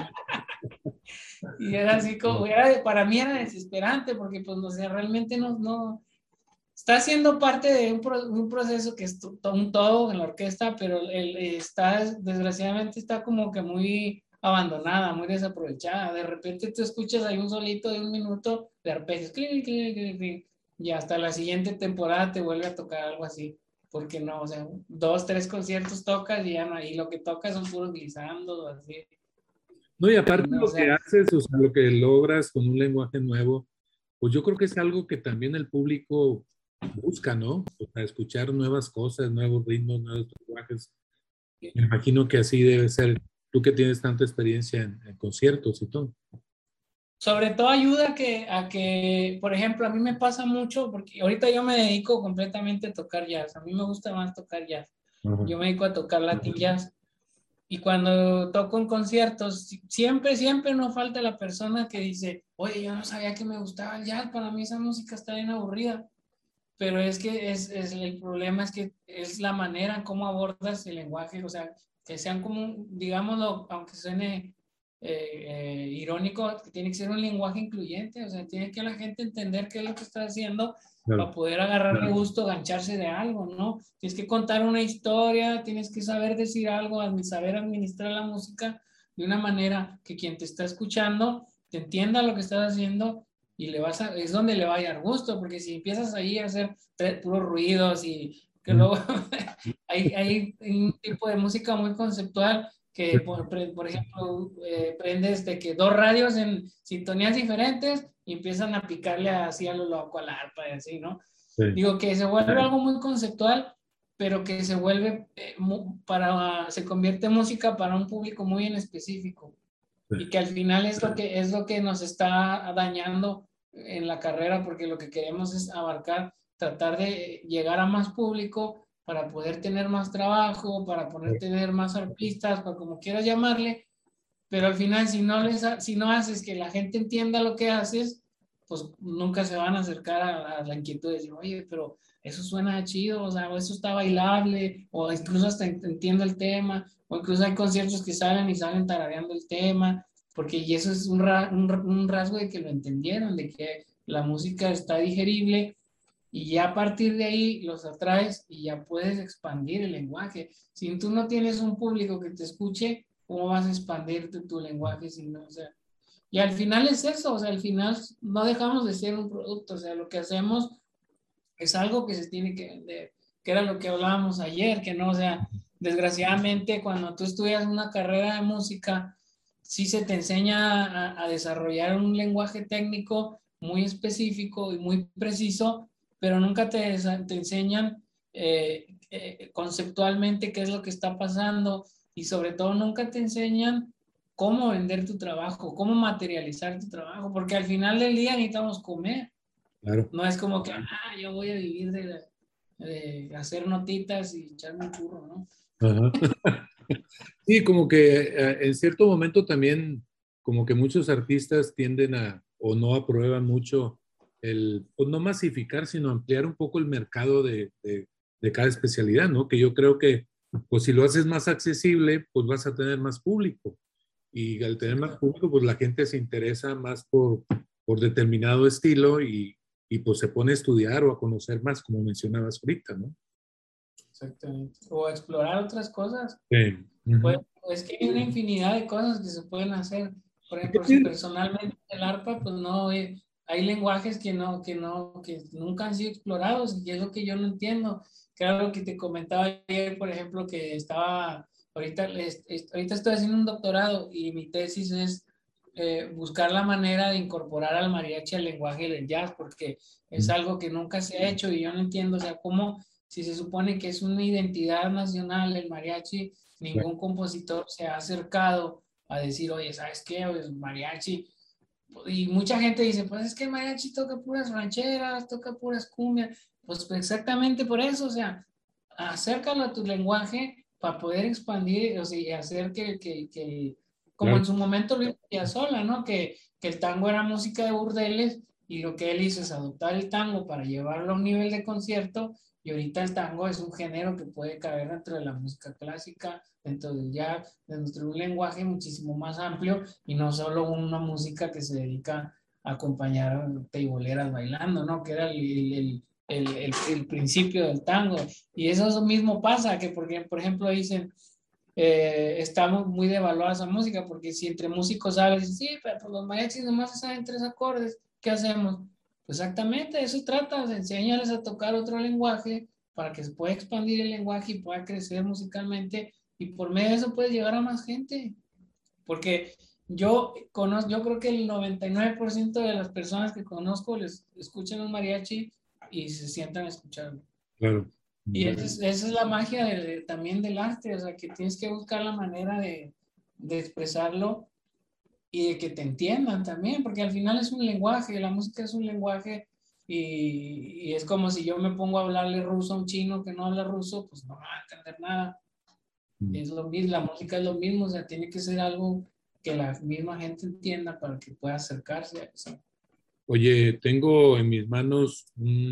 Y era así como, para mí era desesperante, porque pues, o sea, realmente no, está siendo parte de un proceso que es un todo en la orquesta, pero desgraciadamente está como que muy abandonada, muy desaprovechada. De repente tú escuchas ahí un solito de 1 minuto de arpegios, clink, clink, clink, clink, y hasta la siguiente temporada te vuelve a tocar algo así. Porque no, o sea, 2, 3 conciertos tocas y ya no, y lo que tocas son puros glissandos, así. No, y aparte No, lo que haces, o sea, lo que logras con un lenguaje nuevo, pues yo creo que es algo que también el público busca, ¿no? O sea, escuchar nuevas cosas, nuevos ritmos, nuevos lenguajes. Me imagino que así debe ser. Tú que tienes tanta experiencia en conciertos y todo. sobre todo ayuda a que, por ejemplo, a mí me pasa mucho, porque ahorita yo me dedico completamente a tocar jazz. A mí me gusta más tocar jazz. Ajá. Yo me dedico a tocar Latin jazz. Y cuando toco en conciertos, siempre no falta la persona que dice, oye, yo no sabía que me gustaba el jazz, para mí esa música está bien aburrida. Pero es que el problema es que es la manera en cómo abordas el lenguaje, o sea, que sean como, digámoslo, aunque suene irónico, que tiene que ser un lenguaje incluyente, o sea, tiene que la gente entender qué es lo que está haciendo para Claro. poder agarrarle gusto, gancharse de algo, ¿no? Tienes que contar una historia, tienes que saber decir algo, saber administrar la música de una manera que quien te está escuchando te entienda lo que estás haciendo y es donde le va a dar gusto, porque si empiezas ahí a hacer puros ruidos y que luego hay un tipo de música muy conceptual que, por ejemplo, prendes de que 2 radios en sintonías diferentes y empiezan a picarle así a lo loco al arpa y así, ¿no? Sí. Digo que se vuelve algo muy conceptual, pero que se vuelve se convierte en música para un público muy en específico. Y que al final es lo que nos está dañando en la carrera, porque lo que queremos es abarcar, tratar de llegar a más público para poder tener más trabajo, para poder tener más artistas, para como quieras llamarle, pero al final si no haces que la gente entienda lo que haces, pues nunca se van a acercar a la inquietud de decir, oye, pero eso suena chido, o sea, o eso está bailable, o incluso hasta entiendo el tema, o incluso hay conciertos que salen y salen tarareando el tema, porque y eso es un rasgo de que lo entendieron, de que la música está digerible y ya a partir de ahí los atraes y ya puedes expandir el lenguaje. Si tú no tienes un público que te escuche, ¿cómo vas a expandir tu lenguaje si no? O sea, y al final es eso, o sea, al final no dejamos de ser un producto, o sea, lo que hacemos es algo que se tiene que vender, que era lo que hablábamos ayer, que no, o sea, desgraciadamente cuando tú estudias una carrera de música, sí se te enseña a desarrollar un lenguaje técnico muy específico y muy preciso, pero nunca te enseñan conceptualmente qué es lo que está pasando y sobre todo nunca te enseñan cómo vender tu trabajo, cómo materializar tu trabajo, porque al final del día necesitamos comer. Claro. No es como que, yo voy a vivir de hacer notitas y echarme un churro, ¿no? Ajá. Sí, como que en cierto momento también, como que muchos artistas tienden a, o no aprueban mucho pues no masificar, sino ampliar un poco el mercado de cada especialidad, ¿no? Que yo creo que, pues si lo haces más accesible, pues vas a tener más público. Y al tener más público, pues la gente se interesa más por determinado estilo y pues se pone a estudiar o a conocer más, como mencionabas ahorita, ¿no? Exactamente. O explorar otras cosas. Sí. Pues, es que hay una infinidad de cosas que se pueden hacer. por ejemplo, personalmente el arpa, pues no, hay lenguajes que nunca han sido explorados y es lo que yo no entiendo. Claro que te comentaba ayer, por ejemplo, que ahorita estoy haciendo un doctorado y mi tesis es buscar la manera de incorporar al mariachi al lenguaje del jazz, porque es algo que nunca se ha hecho y yo no entiendo, o sea, cómo, si se supone que es una identidad nacional el mariachi, ningún compositor se ha acercado a decir, oye, ¿sabes qué? Pues mariachi. Y mucha gente dice, pues es que el mariachi toca puras rancheras, toca puras cumbias. Pues exactamente por eso, o sea, acércalo a tu lenguaje para poder expandir, o sea, y hacer como Claro. en su momento lo hizo Piazzolla, ¿no? Que el tango era música de burdeles y lo que él hizo es adoptar el tango para llevarlo a un nivel de concierto y ahorita el tango es un género que puede caber dentro de la música clásica, dentro del jazz, dentro de un lenguaje muchísimo más amplio y no solo una música que se dedica a acompañar teiboleras bailando, ¿no? Que era el principio del tango. Y eso mismo pasa, que porque, por ejemplo dicen, estamos muy devaluados esa música, porque si entre músicos hablas, sí, pero pues los mariachis nomás saben 3 acordes, ¿qué hacemos? Pues exactamente, eso trata, de enseñarles a tocar otro lenguaje para que se pueda expandir el lenguaje y pueda crecer musicalmente y por medio de eso puedes llegar a más gente. Porque yo creo que el 99% de las personas que conozco les escuchan un mariachi y se sientan a escucharlo. Claro. Y esa es la magia también del arte, o sea, que tienes que buscar la manera de expresarlo y de que te entiendan también, porque al final es un lenguaje, la música es un lenguaje y es como si yo me pongo a hablarle ruso a un chino que no habla ruso, pues no va a entender nada. Es lo mismo, la música es lo mismo, o sea, tiene que ser algo que la misma gente entienda para que pueda acercarse a eso. Oye, tengo en mis manos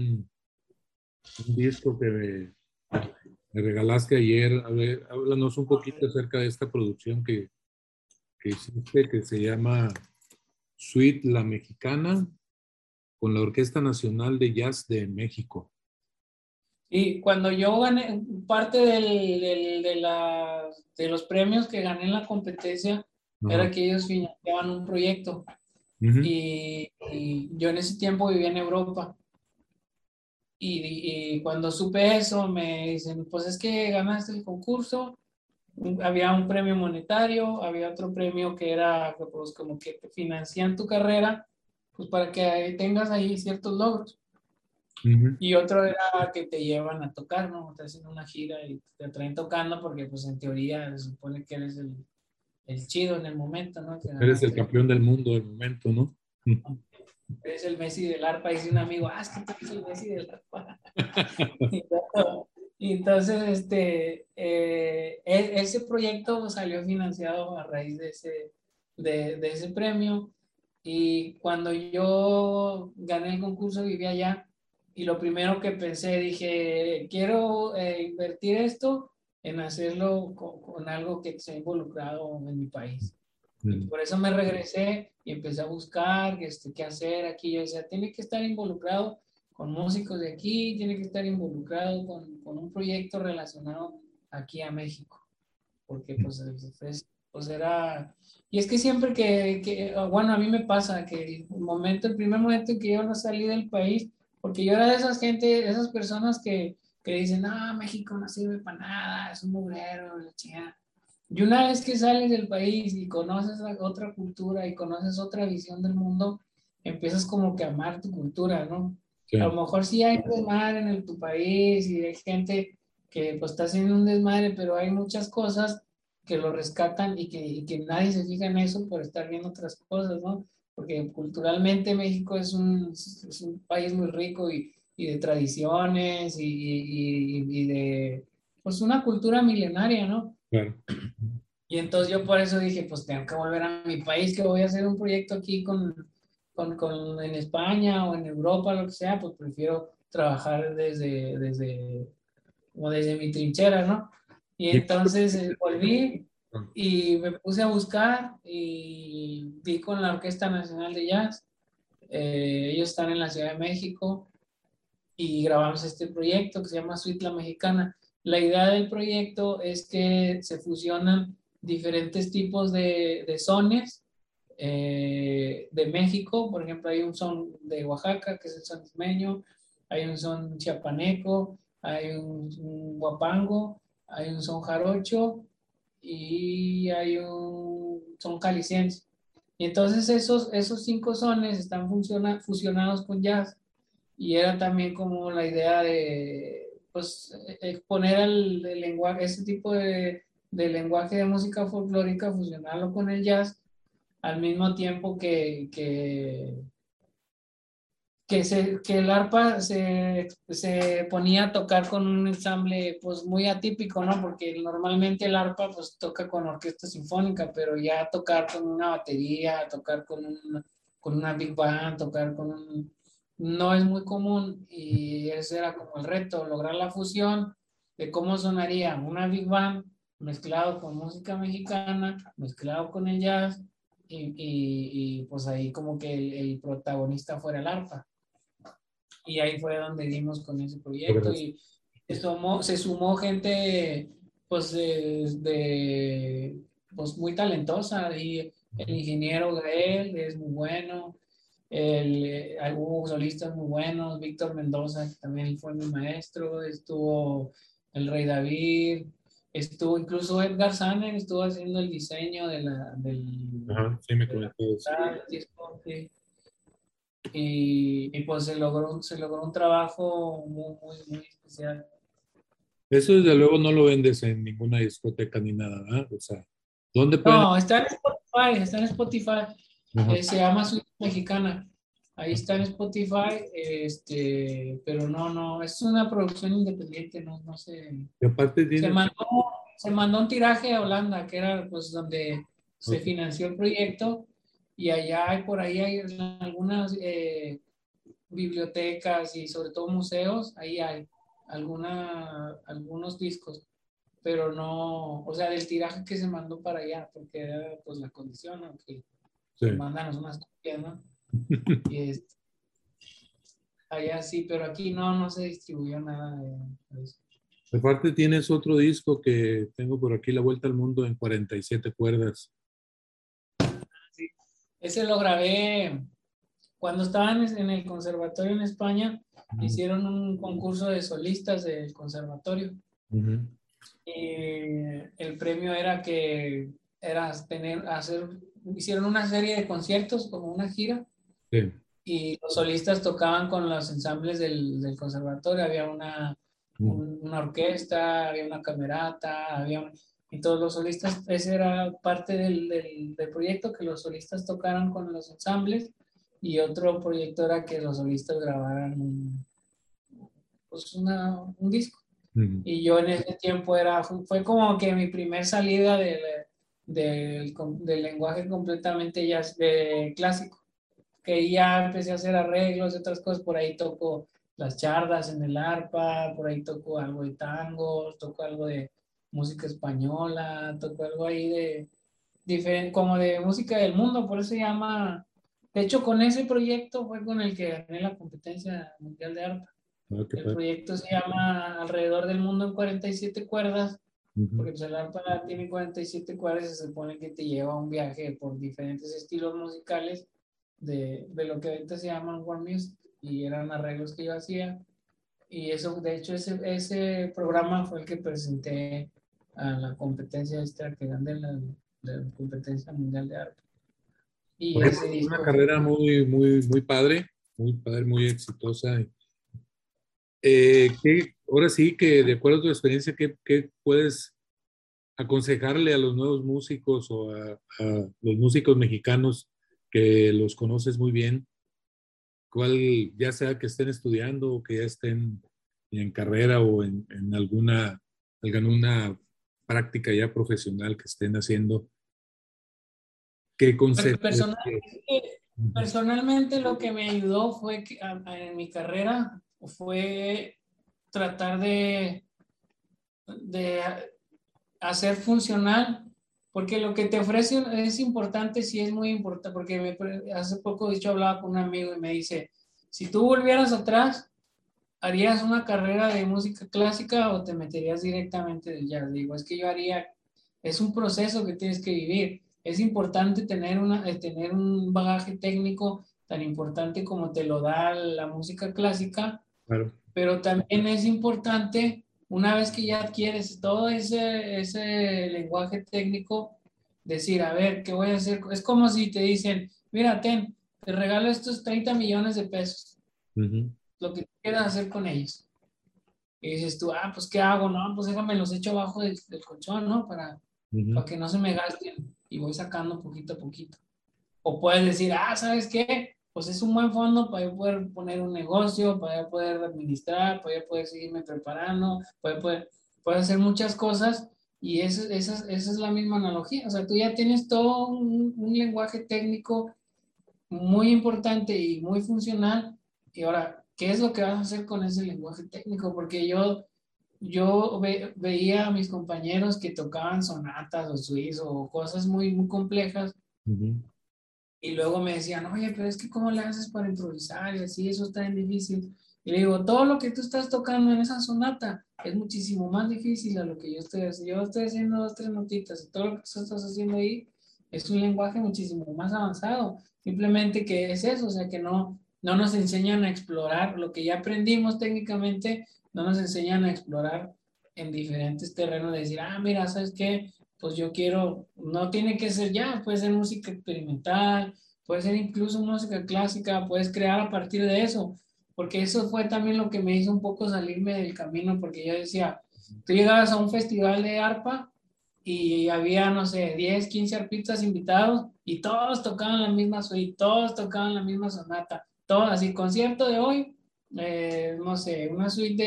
un disco que me regalaste ayer. A ver, háblanos un poquito acerca de esta producción que hiciste, que se llama Suite La Mexicana, con la Orquesta Nacional de Jazz de México. Y cuando yo gané parte de los premios que gané en la competencia, Ajá. era que ellos financiaban un proyecto. Ujú. Y yo en ese tiempo vivía en Europa. Y cuando supe eso, me dicen, pues es que ganaste el concurso. Había un premio monetario, había otro premio que era pues, como que te financian tu carrera, pues para que tengas ahí ciertos logros. Ujú. Y otro era que te llevan a tocar, ¿no? Te hacen una gira y te traen tocando porque pues en teoría se supone que eres el chido en el momento, ¿no? Que Eres el ganaste. campeón del mundo del momento, ¿no? Eres el Messi del arpa, dice un amigo, es que tú eres el Messi del arpa. Y entonces, ese proyecto salió financiado a raíz de ese premio. Y cuando yo gané el concurso, vivía allá. Y lo primero que pensé, dije, quiero invertir esto en hacerlo con algo que esté involucrado en mi país. Y Mm. por eso me regresé y empecé a buscar qué hacer aquí. Yo decía, tiene que estar involucrado con músicos de aquí, tiene que estar involucrado con un proyecto relacionado aquí a México, porque pues era, y es que siempre bueno, a mí me pasa que el primer momento en que yo no salí del país, porque yo era de esas gente, esas personas que dicen, no, México no sirve para nada, es un mugrero, la chingada. Y una vez que sales del país y conoces otra cultura y conoces otra visión del mundo, empiezas como que a amar tu cultura, ¿no? A lo Sí. mejor sí hay desmadre en tu país y hay gente que pues está haciendo un desmadre, pero hay muchas cosas que lo rescatan y que nadie se fija en eso por estar viendo otras cosas, ¿no? Porque culturalmente México es un país muy rico y de tradiciones y de pues una cultura milenaria, ¿no? Claro. Y entonces yo por eso dije, pues tengo que volver a mi país, que voy a hacer un proyecto aquí en España o en Europa, lo que sea, pues prefiero trabajar como desde mi trinchera, ¿no? Y Y- entonces volví y me puse a buscar y di con la Orquesta Nacional de Jazz. Ellos están en la Ciudad de México y grabamos este proyecto que se llama Suite La Mexicana. La idea del proyecto es que se fusionan diferentes tipos de sones de México. Por ejemplo, hay un son de Oaxaca, que es el son ismeño, hay un son chiapaneco, hay un huapango, hay un son jarocho y hay un son jalisciense. Y entonces esos 5 sones están fusionados con jazz, y era también como la idea de pues, exponer el lenguaje, ese tipo de lenguaje de música folclórica, fusionarlo con el jazz, al mismo tiempo que el arpa se ponía a tocar con un ensamble pues muy atípico, ¿no? Porque normalmente el arpa pues toca con orquesta sinfónica, pero ya tocar con una batería, tocar con una big band, tocar con no es muy común, y ese era como el reto, lograr la fusión de cómo sonaría una big band mezclado con música mexicana, mezclado con el jazz, pues ahí como que el protagonista fuera el arpa. Y ahí fue donde dimos con ese proyecto, y se sumó gente pues pues muy talentosa, y el ingeniero Gael es muy bueno, hubo solistas muy buenos, Víctor Mendoza, que también fue mi maestro, estuvo el Rey David, estuvo incluso Edgar Saner, estuvo haciendo el diseño Ajá, sí, me comentó eso. del disco, sí. Y pues se logró un trabajo muy, muy, muy especial. Eso desde luego no lo vendes en ninguna discoteca ni nada, ¿verdad? O sea, ¿dónde pueden? No, está en Spotify, Ajá. se llama Suite Mexicana, ahí está en Spotify, pero no, es una producción independiente, no sé. Y aparte Se tienes, mandó, se mandó un tiraje a Holanda, que era pues donde se ok, financió el proyecto, y allá por ahí hay algunas bibliotecas y sobre todo museos, ahí hay algunos discos, pero no, o sea, del tiraje que se mandó para allá, porque era pues la condición, ¿no? Que sí. pues, mandan unas copias, ¿no? Y allá sí, pero aquí no se distribuyó nada de eso. Aparte tienes otro disco que tengo por aquí, La Vuelta al Mundo en 47 cuerdas. Sí. Ese lo grabé cuando estaban en el conservatorio en España, Ujú, hicieron un concurso de solistas del conservatorio. ujú, El premio era hicieron una serie de conciertos como una gira, sí, y los solistas tocaban con los ensambles del conservatorio, había ujú, una orquesta, había una camerata, y todos los solistas, ese era parte del proyecto, que los solistas tocaran con los ensambles, y otro proyecto era que los solistas grabaran un disco. ujú. Y yo en ese tiempo fue como que mi primer salida del lenguaje completamente jazz, clásico, que ya empecé a hacer arreglos y otras cosas. Por ahí toco las chardas en el arpa, por ahí toco algo de tango, toco algo de música española, toco algo ahí de diferente, como de música del mundo, por eso se llama. De hecho, con ese proyecto fue con el que gané la competencia mundial de arpa. Ah, qué El padre. proyecto se llama Alrededor del Mundo en 47 cuerdas, Ujú, porque pues el arpa tiene 47 cuerdas, y se supone que te lleva a un viaje por diferentes estilos musicales de lo que ahorita se llaman world music, y eran arreglos que yo hacía. Y eso, de hecho, ese programa fue el que presenté a la competencia esta que gané, la competencia mundial de arpa. Y oye, ese pues, una disco fue. carrera muy, muy, muy padre, muy exitosa. Ahora sí que, de acuerdo a tu experiencia, ¿qué puedes aconsejarle a los nuevos músicos o a los músicos mexicanos que los conoces muy bien? ¿Cuál, ya sea que estén estudiando o que ya estén en carrera o en alguna práctica ya profesional que estén haciendo? ¿Qué Per- concepto? Personalmente, personalmente lo que me ayudó fue que en mi carrera fue tratar de hacer funcional, porque lo que te ofrece es importante, sí es muy importante, porque hace poco, de hecho, hablaba con un amigo y me dice, si tú volvieras atrás, ¿harías una carrera de música clásica o te meterías directamente de jazz? Digo, es que es un proceso que tienes que vivir. es importante tener un bagaje técnico tan importante como te lo da la música clásica, Claro. pero también es importante, una vez que ya adquieres todo ese lenguaje técnico, decir, a ver, ¿qué voy a hacer? Es como si te dicen, mira, te regalo estos 30 millones de pesos, Ujú, lo que quieras hacer con ellos. Y dices tú, pues, ¿qué hago? No, pues déjame los echo abajo del colchón, ¿no? ujú. Para que no se me gasten y voy sacando poquito a poquito. O puedes decir, ¿sabes qué? Pues es un buen fondo para yo poder poner un negocio, para yo poder administrar, para yo poder seguirme preparando, poder hacer muchas cosas. Y esa es la misma analogía. O sea, tú ya tienes todo un lenguaje técnico muy importante y muy funcional. Y ahora, ¿qué es lo que vas a hacer con ese lenguaje técnico? Porque yo veía a mis compañeros que tocaban sonatas o suizos o cosas muy, muy complejas Ujú. y luego me decían, oye, pero es que ¿cómo le haces para improvisar? Y así, eso está bien difícil. Y le digo, todo lo que tú estás tocando en esa sonata es muchísimo más difícil a lo que yo estoy haciendo. Yo estoy haciendo dos, tres notitas y todo lo que tú estás haciendo ahí es un lenguaje muchísimo más avanzado. Simplemente que es eso, o sea, que no nos enseñan a explorar lo que ya aprendimos técnicamente, no nos enseñan a explorar en diferentes terrenos, de decir, mira, ¿sabes qué? Pues yo quiero, no tiene que ser ya, puede ser música experimental, puede ser incluso música clásica, puedes crear a partir de eso, porque eso fue también lo que me hizo un poco salirme del camino, porque yo decía, tú llegabas a un festival de arpa y había, no sé, 10 15 arpistas invitados y todos tocaban la misma suite, todos tocaban la misma sonata, todo así, concierto de hoy, no sé, una suite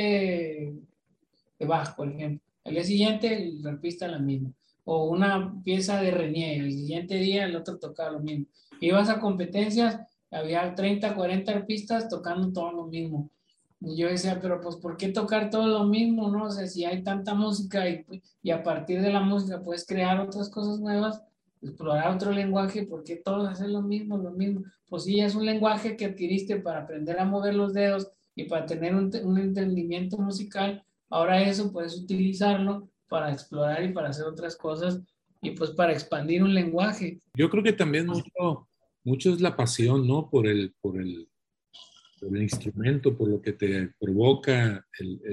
de Bach, por ejemplo. El día siguiente el arpista la misma. O una pieza de Renier, el siguiente día el otro tocaba lo mismo. Ibas a competencias, había 30 40 arpistas tocando todo lo mismo. Y yo decía, pero pues, ¿por qué tocar todo lo mismo, no? O sea, si hay tanta música y a partir de la música puedes crear otras cosas nuevas, explorar otro lenguaje, ¿por qué todos hacen lo mismo, lo mismo? Pues sí, es un lenguaje que adquiriste para aprender a mover los dedos y para tener un entendimiento musical. Ahora eso puedes utilizarlo para explorar y para hacer otras cosas y pues para expandir un lenguaje. Yo creo que también mucho es la pasión, ¿no? Por el instrumento, por lo que te provoca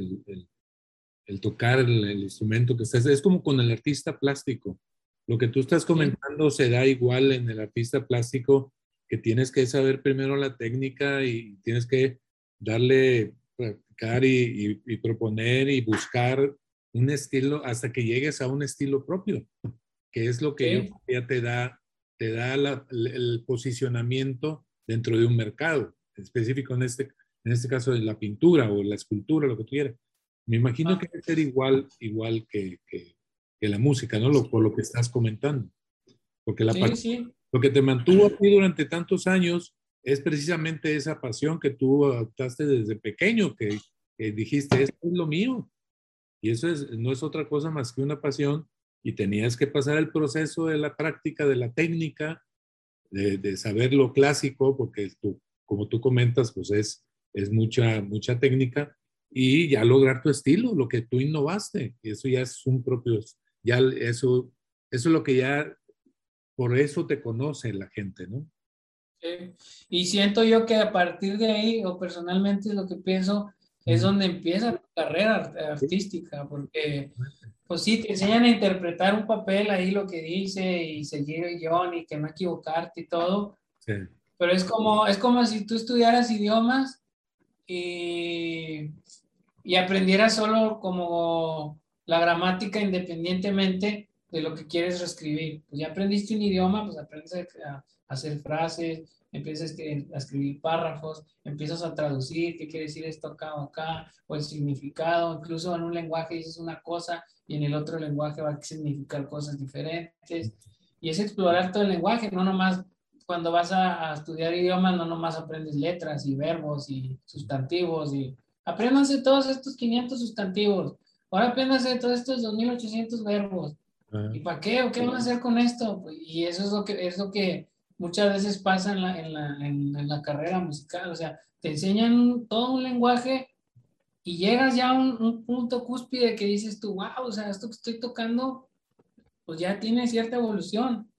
el tocar el instrumento que estás. Es como con el artista plástico. Lo que tú estás Sí, comentando se da igual en el artista plástico, que tienes que saber primero la técnica y tienes que darle, practicar y proponer y buscar un estilo hasta que llegues a un estilo propio, que es lo que yo sí, ya te da el posicionamiento dentro de un mercado específico, en este caso de la pintura o la escultura, lo que tú quieras. Me imagino que debe ser igual que la música, ¿no? Por lo que estás comentando. Porque sí, sí. lo que te mantuvo aquí durante tantos años es precisamente esa pasión que tú adoptaste desde pequeño, que dijiste, esto es lo mío. Y eso no es otra cosa más que una pasión y tenías que pasar el proceso de la práctica, de la técnica, de saber lo clásico, porque tú, como tú comentas, pues es mucha técnica y ya lograr tu estilo, lo que tú innovaste. Y eso ya es un propio, ya eso es lo que ya, por eso te conoce la gente, ¿no? Sí. Y siento yo que a partir de ahí, o personalmente lo que pienso, es Mm. donde empieza tu carrera Sí, artística, porque pues sí, te enseñan a interpretar un papel ahí lo que dice y seguir el guión y que no equivocarte y todo, sí, pero es como si tú estudiaras idiomas y, y aprendieras solo como la gramática independientemente de lo que quieres reescribir. Pues ya aprendiste un idioma, pues aprendes a hacer frases, empiezas a escribir párrafos, empiezas a traducir qué quiere decir esto acá o acá, o el significado, incluso en un lenguaje dices una cosa y en el otro lenguaje va a significar cosas diferentes. Y es explorar todo el lenguaje, no nomás cuando vas a estudiar idiomas, no nomás aprendes letras y verbos y sustantivos y apréndanse todos estos 500 sustantivos. Ahora apréndanse todos estos 2800 verbos. ah, ¿Y para qué? ¿O qué van a hacer con esto? Pues, y eso es lo que muchas veces pasa en la carrera musical. O sea, te enseñan todo un lenguaje y llegas ya a un punto cúspide que dices tú, wow, o sea, esto que estoy tocando, pues ya tiene cierta evolución.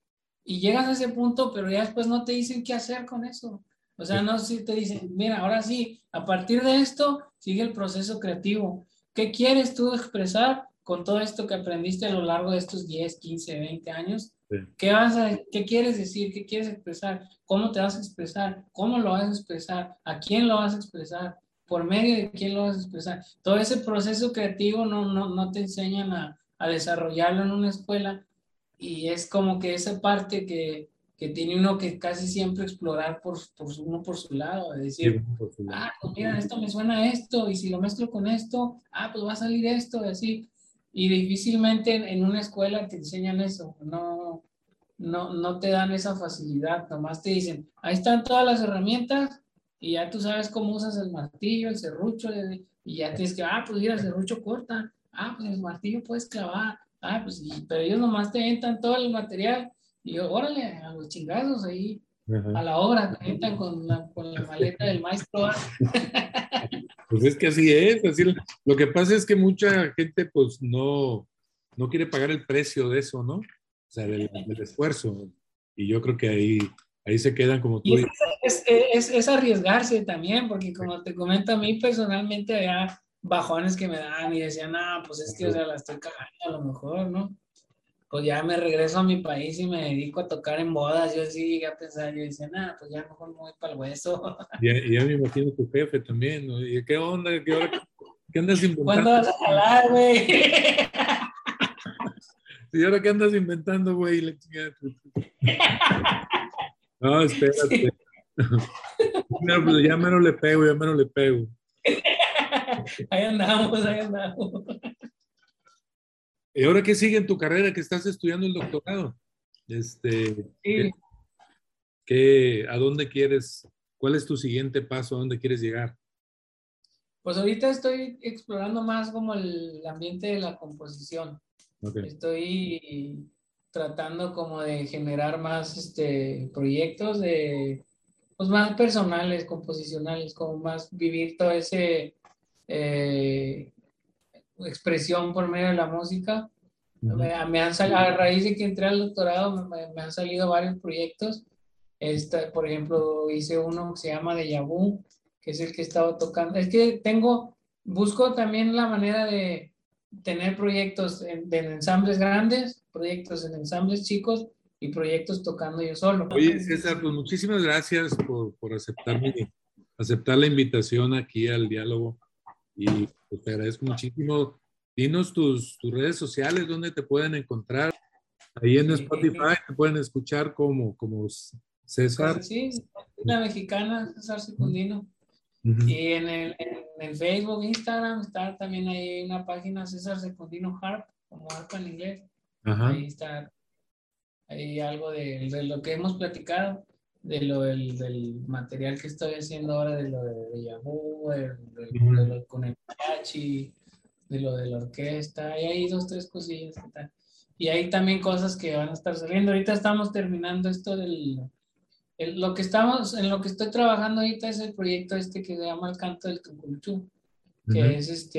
y llegas a ese punto, pero ya después no te dicen qué hacer con eso. O sea, no si te dicen, mira, ahora sí, a partir de esto sigue el proceso creativo. ¿Qué quieres tú expresar con todo esto que aprendiste a lo largo de estos 10, 15, 20 años? Sí. ¿Qué quieres decir? ¿Qué quieres expresar? ¿Cómo te vas a expresar? ¿Cómo lo vas a expresar? ¿A quién lo vas a expresar? ¿Por medio de quién lo vas a expresar? Todo ese proceso creativo no te enseñan a desarrollarlo en una escuela, y es como que esa parte que tiene uno que casi siempre explorar uno por su lado, es decir, Por su lado. pues mira, esto me suena a esto, y si lo mezclo con esto, pues va a salir esto, y así. Y difícilmente en una escuela te enseñan eso, no te dan esa facilidad, nomás te dicen, ahí están todas las herramientas, y ya tú sabes cómo usas el martillo, el serrucho, y ya tienes que, pues mira, el serrucho corta, pues el martillo puedes clavar, pues, pero ellos nomás te entran todo el material, y órale, a los chingazos ahí, Ajá. a la obra, te entran con la maleta del maestro. Pues es que así es, así. Lo que pasa es que mucha gente pues no quiere pagar el precio de eso, ¿no? O sea, del esfuerzo. Y yo creo que ahí se quedan como tú Y dices. es arriesgarse también, porque como te comento, a mí personalmente había bajones que me daban y decían, pues es que, o sea, la estoy cagando a lo mejor, ¿no? Pues ya me regreso a mi país y me dedico a tocar en bodas. Yo sí llegué a pensar, yo decía, pues ya mejor me voy para el hueso. Ya me imagino tu jefe también, ¿no? ¿Y qué onda? ¿Qué andas ¿Cuándo inventando? vas a jalar, güey? ¿Y ahora qué andas inventando, güey? La chingada. No, Sí. espérate. Ya menos le pego, ya menos le pego. Ahí andamos, ahí andamos. ¿Y ahora qué sigue en tu carrera? Que estás estudiando el doctorado. Sí. ¿A dónde quieres? ¿Cuál es tu siguiente paso? ¿A dónde quieres llegar? Pues ahorita estoy explorando más como el ambiente de la composición. Okay. Estoy tratando como de generar más proyectos pues más personales, composicionales, como más vivir todo ese expresión por medio de la música. Uh-huh. A raíz de que entré al doctorado me han salido varios proyectos. Por ejemplo, hice uno que se llama Deja Vu, que es el que estaba tocando. Es que busco también la manera de tener proyectos de ensambles grandes, proyectos en ensambles chicos y proyectos tocando yo solo. Oye, César, pues muchísimas gracias por aceptar la invitación aquí al diálogo y pues, te agradezco muchísimo. Dinos tus redes sociales, dónde te pueden encontrar. Ahí en Spotify te pueden escuchar como César. Sí, la mexicana, César Secundino. Uh-huh. Y en el Facebook, Instagram, está también ahí una página César Secundino Harp, como harpa en inglés. Ajá. Ahí está, ahí algo de lo que hemos platicado, del material que estoy haciendo ahora, de lo de Yahoo, de lo con el mariachi, de lo de la orquesta, y hay 2, 3 cosillas que tal. Y hay también cosas que van a estar saliendo. Ahorita estamos terminando esto en lo que estoy trabajando ahorita es el proyecto que se llama El Canto del Tuculchú, que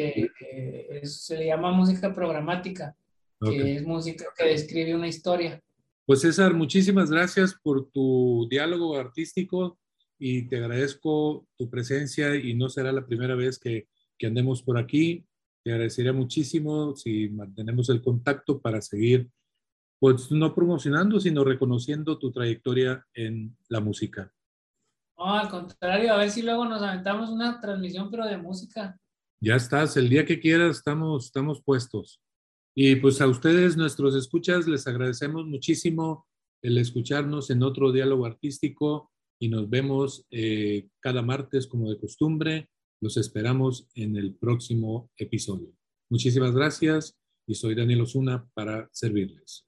se le llama música programática, que es música que describe una historia. Pues César, muchísimas gracias por tu diálogo artístico y te agradezco tu presencia y no será la primera vez que andemos por aquí. Te agradecería muchísimo si mantenemos el contacto para seguir, pues no promocionando, sino reconociendo tu trayectoria en la música. No, al contrario, a ver si luego nos aventamos una transmisión, pero de música. Ya estás, el día que quieras estamos puestos. Y pues a ustedes, nuestros escuchas, les agradecemos muchísimo el escucharnos en otro diálogo artístico y nos vemos cada martes como de costumbre. Los esperamos en el próximo episodio. Muchísimas gracias y soy Daniel Osuna para servirles.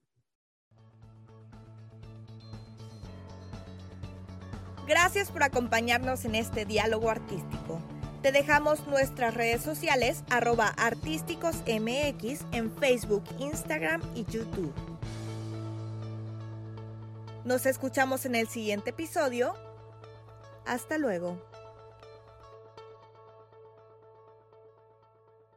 Gracias por acompañarnos en este diálogo artístico. Te dejamos nuestras redes sociales @artísticosmx en Facebook, Instagram y YouTube. Nos escuchamos en el siguiente episodio. Hasta luego.